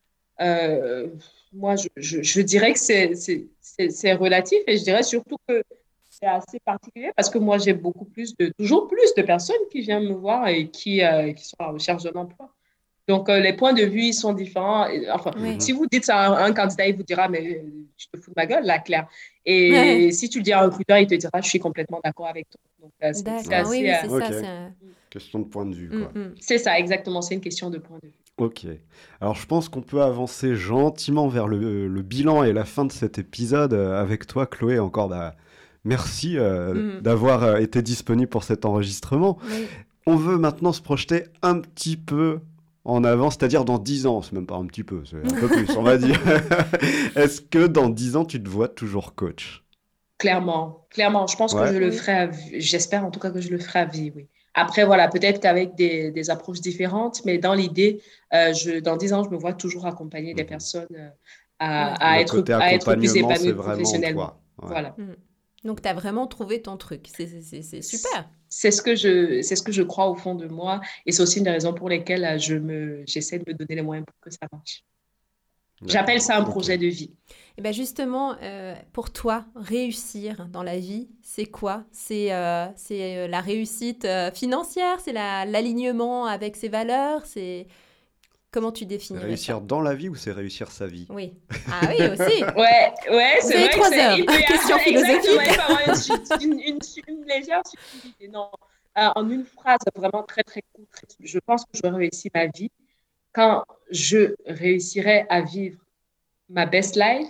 Euh, moi, je, je, je dirais que c'est, c'est, c'est, c'est relatif et je dirais surtout que c'est assez particulier parce que moi, j'ai beaucoup plus de, toujours plus de personnes qui viennent me voir et qui, euh, qui sont à la recherche d'un emploi. Donc, euh, les points de vue, ils sont différents. Et, enfin, Oui. si vous dites ça à un, un candidat, il vous dira, mais euh, tu te fous de ma gueule, là, Claire. Et Ouais. si tu le dis à un recruteur, il te dira, je suis complètement d'accord avec toi. Donc, euh, c'est, c'est D'accord, assez, oui, oui, euh, c'est Ok. ça. C'est un- Question de point de vue. Mm, Quoi. mm. c'est ça, exactement. C'est une question de point de vue. Ok. Alors, je pense qu'on peut avancer gentiment vers le, le bilan et la fin de cet épisode euh, avec toi, Chloé. Encore, bah, merci euh, Mhm. d'avoir euh, été disponible pour cet enregistrement. Oui. On veut maintenant se projeter un petit peu en avant, c'est-à-dire dans dix ans. C'est même pas un petit peu, c'est un peu plus, on va dire. Est-ce que dans dix ans, tu te vois toujours coach? Clairement, clairement. Je pense Ouais. que je le Oui. ferai à vie. J'espère en tout cas que je le ferai à vie, oui. Après, voilà, peut-être qu'avec des, des approches différentes, mais dans l'idée, euh, je, dans dix ans, je me vois toujours accompagner des Mhm. personnes euh, à, Ouais. à Le être, côté à être plus accompagnement, c'est épanouies vraiment professionnellement. toi. Ouais. Voilà. Donc, tu as vraiment trouvé ton truc. C'est, c'est- c'est- c'est super. C'est ce que je, c'est ce que je crois au fond de moi. Et c'est aussi une des raisons pour lesquelles euh, je me, j'essaie de me donner les moyens pour que ça marche. J'appelle ça un Ok. projet de vie. Et bien justement, euh, pour toi, réussir dans la vie, c'est quoi? C'est euh, c'est euh, la réussite euh, financière, c'est la- l'alignement avec ses valeurs, c'est... Comment tu C'est définirais réussir dans la vie ou c'est réussir sa vie? ça? Oui. Ah oui, aussi. Ouais, ouais, Vous c'est avez vrai trois que c'est... heures. il peut y Question avoir- Exactement, philosophique. il peut y avoir une, une, une, une légère subtilité. Non, Euh, en une phrase vraiment très, très courte, je pense que je réussis ma vie quand je réussirai à vivre ma best life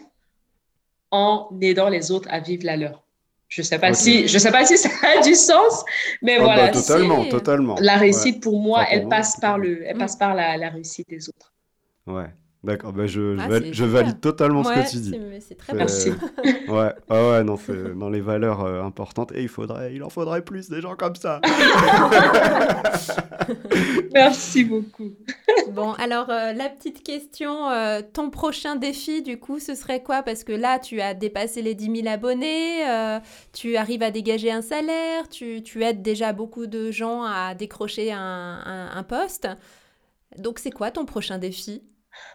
en aidant les autres à vivre la leur. Je ne sais pas Ok. si, je sais pas si ça a du sens, mais Ah bah, voilà. totalement, si. totalement. La réussite, pour moi, Enfin, pour elle moi, passe par, le, elle Mm. passe par la, la réussite des autres. Ouais. Ouais. D'accord, bah je, je, Ah, val- c'est je super. valide totalement Ouais, ce que tu dis. c'est, c'est très C'est- bien. Merci. Ouais, ah ouais, non, c'est dans les valeurs euh, importantes. Et il faudrait, il en faudrait plus des gens comme ça. Merci beaucoup. Bon, alors euh, la petite question, euh, ton prochain défi, du coup, ce serait quoi? Parce que là, tu as dépassé les dix mille abonnés, euh, tu arrives à dégager un salaire, tu, tu aides déjà beaucoup de gens à décrocher un, un, un poste. Donc, c'est quoi ton prochain défi?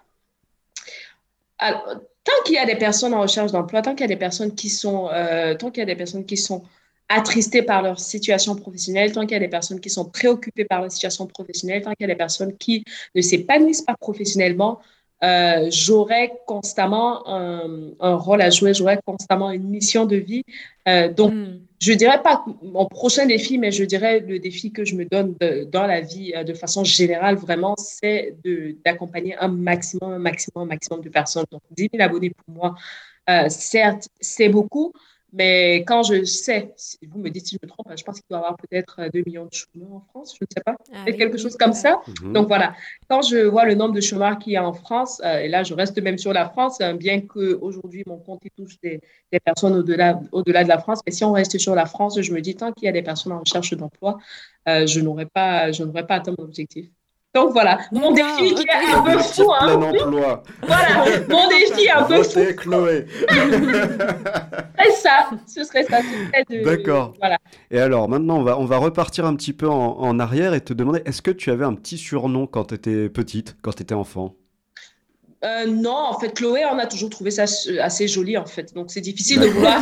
Alors, tant qu'il y a des personnes en recherche d'emploi, tant qu'il y a des personnes qui sont, euh, tant qu'il y a des personnes qui sont attristées par leur situation professionnelle, tant qu'il y a des personnes qui sont préoccupées par leur situation professionnelle, tant qu'il y a des personnes qui ne s'épanouissent pas professionnellement, euh, j'aurai constamment un, un rôle à jouer, j'aurai constamment une mission de vie. Euh, donc, Hmm. je dirais pas mon prochain défi, mais je dirais le défi que je me donne de- dans la vie euh, de façon générale, vraiment, c'est de, d'accompagner un maximum, un maximum, un maximum de personnes. Donc, dix mille abonnés pour moi, euh, certes, c'est beaucoup, mais quand je sais, si vous me dites si je me trompe, je pense qu'il doit y avoir peut-être deux millions de chômeurs en France, je ne sais pas, Ah peut-être oui, quelque oui, chose comme ouais. ça. Mhm. Donc voilà, quand je vois le nombre de chômeurs qu'il y a en France, euh, et là je reste même sur la France, euh, bien qu'aujourd'hui mon compte il touche des, des personnes au-delà, au-delà de la France, mais si on reste sur la France, je me dis tant qu'il y a des personnes en recherche d'emploi, euh, je n'aurais pas, je n'aurais pas atteint mon objectif. Donc voilà, mon D'accord, défi qui ok. est un peu Objectif fou, hein. plein emploi. Voilà, mon défi est un peu fou. Votez Chloé. C'est ça, ce serait ça. ce serait de- D'accord. Voilà. Et alors, maintenant, on va, on va repartir un petit peu en, en arrière et te demander, est-ce que tu avais un petit surnom quand tu étais petite, quand tu étais enfant? Euh, non, en fait, Chloé, on a toujours trouvé ça euh, assez joli, en fait. Donc, c'est difficile de vouloir.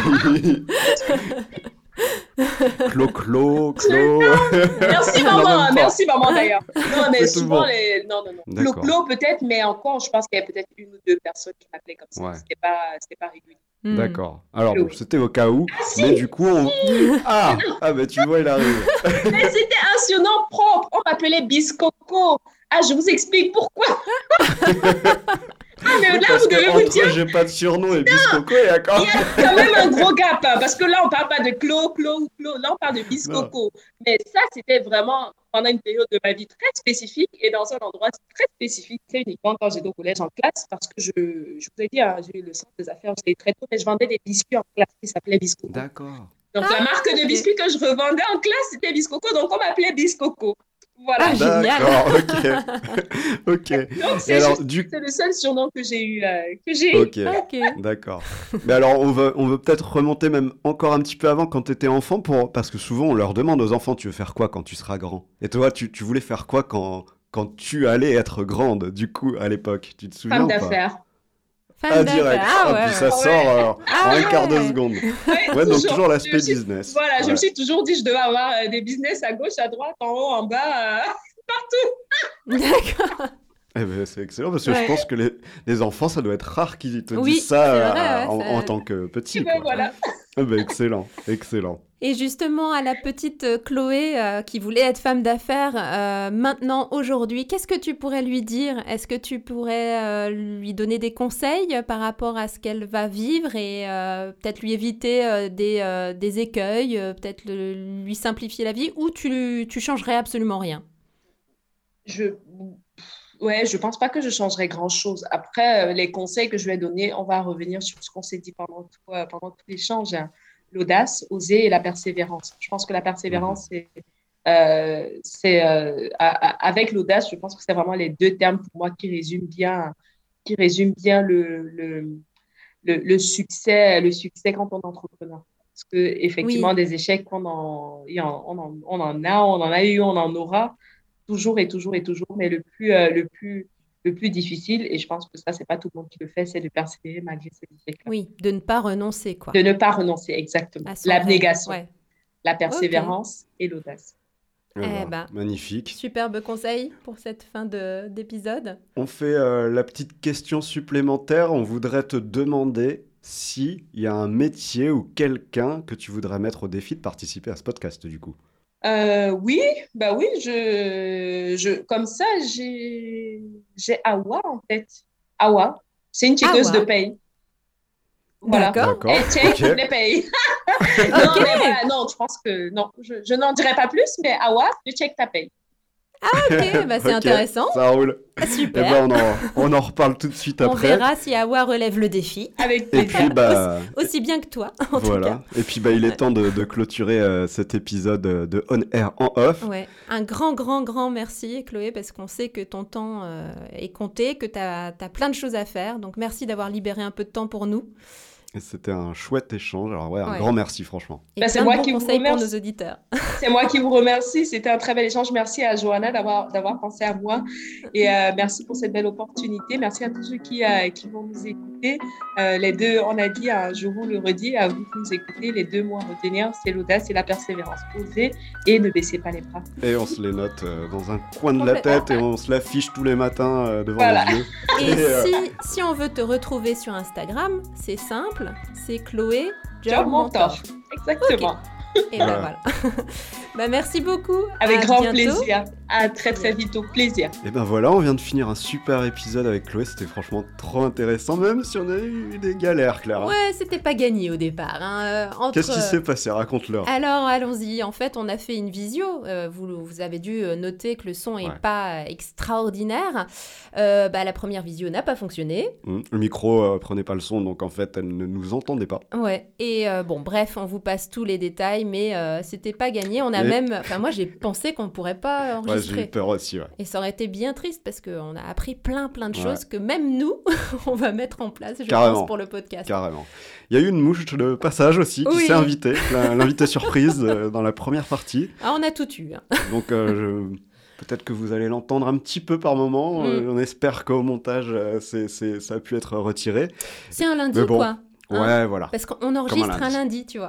Clo, Clo, Clo. Merci, Non, maman. même pas. Merci, maman, d'ailleurs. Non, mais C'est tout souvent, bon. les... non, non, non. D'accord. Clo, Clo, peut-être, mais encore, je pense qu'il y a peut-être une ou deux personnes qui m'appelaient comme ça. Ouais. C'était pas, c'était pas régulier. Hmm. D'accord. Alors, Chloé. bon, c'était au cas où, Ah, si, mais du coup, on... Ah, ah, bah tu vois, il arrive. mais c'était un surnom propre. On m'appelait Biscoco. Ah, je vous explique pourquoi. Ah, mais Oui, là, parce vous devez que vous entre dire, j'ai pas de surnom et Biscoco, il y a quand il y a quand même un gros gap, hein, parce que là, on parle pas de Clo, Clo ou Clo. Là, on parle de Biscoco. Mais ça, c'était vraiment pendant une période de ma vie très spécifique et dans un endroit très spécifique. C'est uniquement quand j'étais au collège en classe, parce que je, je vous ai dit, hein, j'ai eu le centre des affaires, j'étais très tôt, mais je vendais des biscuits en classe qui s'appelaient Biscoco. D'accord. Donc, Ah, la marque de ok. biscuits que je revendais en classe, c'était Biscoco. Donc, on m'appelait Biscoco. Voilà. Ah, génial. D'accord, ok. Ok. Donc, Et c'est alors, juste- du c'est le seul surnom que j'ai eu. euh, que j'ai eu. Ok, Ok. d'accord. Mais alors, on veut, on veut peut-être remonter même encore un petit peu avant quand tu étais enfant, pour... parce que souvent on leur demande aux enfants, tu veux faire quoi quand tu seras grand? Et toi, tu, tu voulais faire quoi quand, quand tu allais être grande, du coup, à l'époque? Tu te souviens Femme ou pas? d'affaires. Femme Ah, d'affaires. direct. Ah, Ah, ouais, puis ça ouais. sort Ouais. euh, Ah, en un quart de ouais. seconde. Ouais, Ouais, donc toujours. toujours Je l'aspect me suis- business. Voilà, je Ouais. me suis toujours dit, je devais avoir euh, des business à gauche, à droite, en haut, en bas. euh, D'accord. Eh ben, c'est excellent parce que Ouais. je pense que les, les enfants, ça doit être rare qu'ils te Oui, disent ça c'est euh, vrai, ouais, en, ça- en tant que petit. Et ben quoi. voilà. Eh ben, excellent, excellent. Et justement, à la petite euh, Chloé euh, qui voulait être femme d'affaires, euh, maintenant, aujourd'hui, qu'est-ce que tu pourrais lui dire? Est-ce que tu pourrais euh, lui donner des conseils par rapport à ce qu'elle va vivre et euh, peut-être lui éviter euh, des, euh, des écueils, euh, peut-être le- lui simplifier la vie, ou tu, tu changerais absolument rien? Je... Ouais, je pense pas que je changerais grand-chose. Après, euh, les conseils que je vais donner, on va revenir sur ce qu'on s'est dit pendant tout, euh, pendant tout l'échange. Hein. L'audace, oser et la persévérance. Je pense que la persévérance, c'est, euh, c'est euh, a- a- avec l'audace, je pense que c'est vraiment les deux termes pour moi qui résument bien, qui résument bien le, le, le, le succès, le succès quand on est entrepreneur. Parce que effectivement, Oui. des échecs, on en, il y en- on, en, on en a, on en a eu, on en aura. Toujours et toujours et toujours, mais le plus, euh, le plus, le plus difficile, et je pense que ça, c'est pas tout le monde qui le fait, c'est de persévérer malgré ces échecs-là. Oui, de ne pas renoncer, quoi. De ne pas renoncer, exactement. à son L'abnégation, rêve. Ouais. la persévérance et l'audace. Eh Eh ben, ben. Magnifique. Superbe conseil pour cette fin de- d'épisode. On fait euh, la petite question supplémentaire. On voudrait te demander s'il y a un métier ou quelqu'un que tu voudrais mettre au défi de participer à ce podcast, du coup. Euh, oui, bah oui, je, je, comme ça, j'ai, j'ai Awa en fait. Awa, c'est une checkeuse Awa. de paye. Voilà. D'accord. D'accord. Elle check Ok. les payes. non, Ok. mais voilà, non, je pense que non, je, je n'en dirai pas plus, mais Awa, je check ta paye. Ah ok, bah, c'est Ok, intéressant. Ça roule. Ah, Et super. ben on en, on en reparle tout de suite On après. verra si Awa relève le défi. Avec Et plaisir. puis bah Aussi bien que toi, en tout voilà. cas. Et puis bah il est temps de, de clôturer euh, cet épisode euh, de On Air en off. Ouais. Un grand, grand, grand merci, Chloé, parce qu'on sait que ton temps euh, est compté, que tu as plein de choses à faire. Donc, merci d'avoir libéré un peu de temps pour nous. Et c'était un chouette échange. Alors ouais, un Ouais. grand merci franchement. Et Bah, c'est plein moi de bons qui vous conseils pour remercie. nos auditeurs. C'est moi qui vous remercie. C'était un très bel échange. Merci à Johanna d'avoir d'avoir pensé à moi. Et euh, merci pour cette belle opportunité. Merci à tous ceux qui, euh, qui vont nous écouter. Euh, les deux, on a dit, hein, je vous le redis, à vous qui nous écoutez, les deux mots à retenir, c'est l'audace et la persévérance. Osez et ne baissez pas les bras. Et on se les note euh, dans un coin de la Complètement. tête et on se l'affiche tous les matins euh, devant Voilà. les yeux. Et Et, euh, si, si on veut te retrouver sur Instagram, c'est simple, c'est Chloé Job Job Mentor. Mentor. Exactement. Et ben Voilà. voilà. Bah, merci beaucoup. Avec À grand bientôt. plaisir. À très très vite. Au plaisir. Et ben voilà, on vient de finir un super épisode avec Chloé. C'était franchement trop intéressant, même si on a eu des galères, Clara. Ouais, c'était pas gagné au départ. Hein. euh, entre- Qu'est-ce qui s'est passé? Raconte-leur. Alors, allons-y. En fait, on a fait une visio. Euh, vous, vous avez dû euh, noter que le son est Ouais. pas euh, extraordinaire. Euh, bah, la première visio n'a pas fonctionné. Hum, Le micro euh, prenait pas le son, donc en fait, elle ne nous entendait pas. Ouais. Et euh, bon, bref, on vous passe tous les détails, mais euh, c'était pas gagné. On a Et- même. Enfin, moi, j'ai pensé qu'on pourrait pas Ouais, j'ai enregistrer. eu peur aussi, ouais. Et ça aurait été bien triste parce qu'on a appris plein, plein de Ouais. choses que même nous, on va mettre en place, je Carrément. pense, pour le podcast. Carrément. Il y a eu une mouche de passage aussi qui Oui. s'est invitée, la- l'invité surprise euh, dans la première partie. Ah, on a tout eu. Hein. Donc euh, je- peut-être que vous allez l'entendre un petit peu par moment. Mm. Euh, on espère qu'au montage, euh, c'est, c'est- ça a pu être retiré. C'est un lundi, Mais bon. quoi. Ouais, Hein voilà. Parce qu'on enregistre un lundi. lundi, tu vois.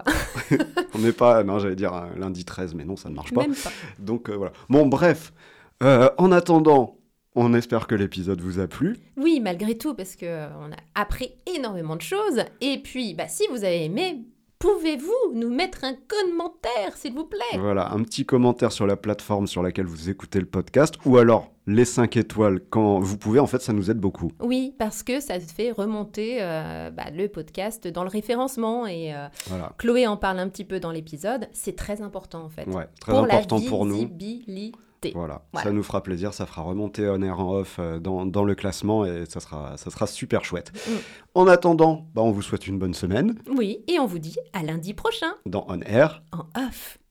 On n'est pas, non, j'allais dire un lundi treize, mais non, ça ne marche pas. Même pas. Donc euh, voilà. Bon, bref. Euh, en attendant, on espère que l'épisode vous a plu. Oui, malgré tout, parce qu'on a appris énormément de choses. Et puis, bah, si vous avez aimé, pouvez-vous nous mettre un commentaire, s'il vous plaît? Voilà, un petit commentaire sur la plateforme sur laquelle vous écoutez le podcast, ou alors les cinq étoiles quand vous pouvez, en fait, ça nous aide beaucoup. Oui, parce que ça fait remonter euh, bah, le podcast dans le référencement. Et euh, Voilà, Chloé en parle un petit peu dans l'épisode. C'est très important, en fait. ouais, très pour important la pour nous. visibilité. Voilà. Voilà. Ça nous fera plaisir, ça fera remonter On Air en off euh, dans, dans le classement et ça sera, ça sera super chouette. Mm. En attendant, bah, on vous souhaite une bonne semaine Oui, et on vous dit à lundi prochain dans On Air. en off.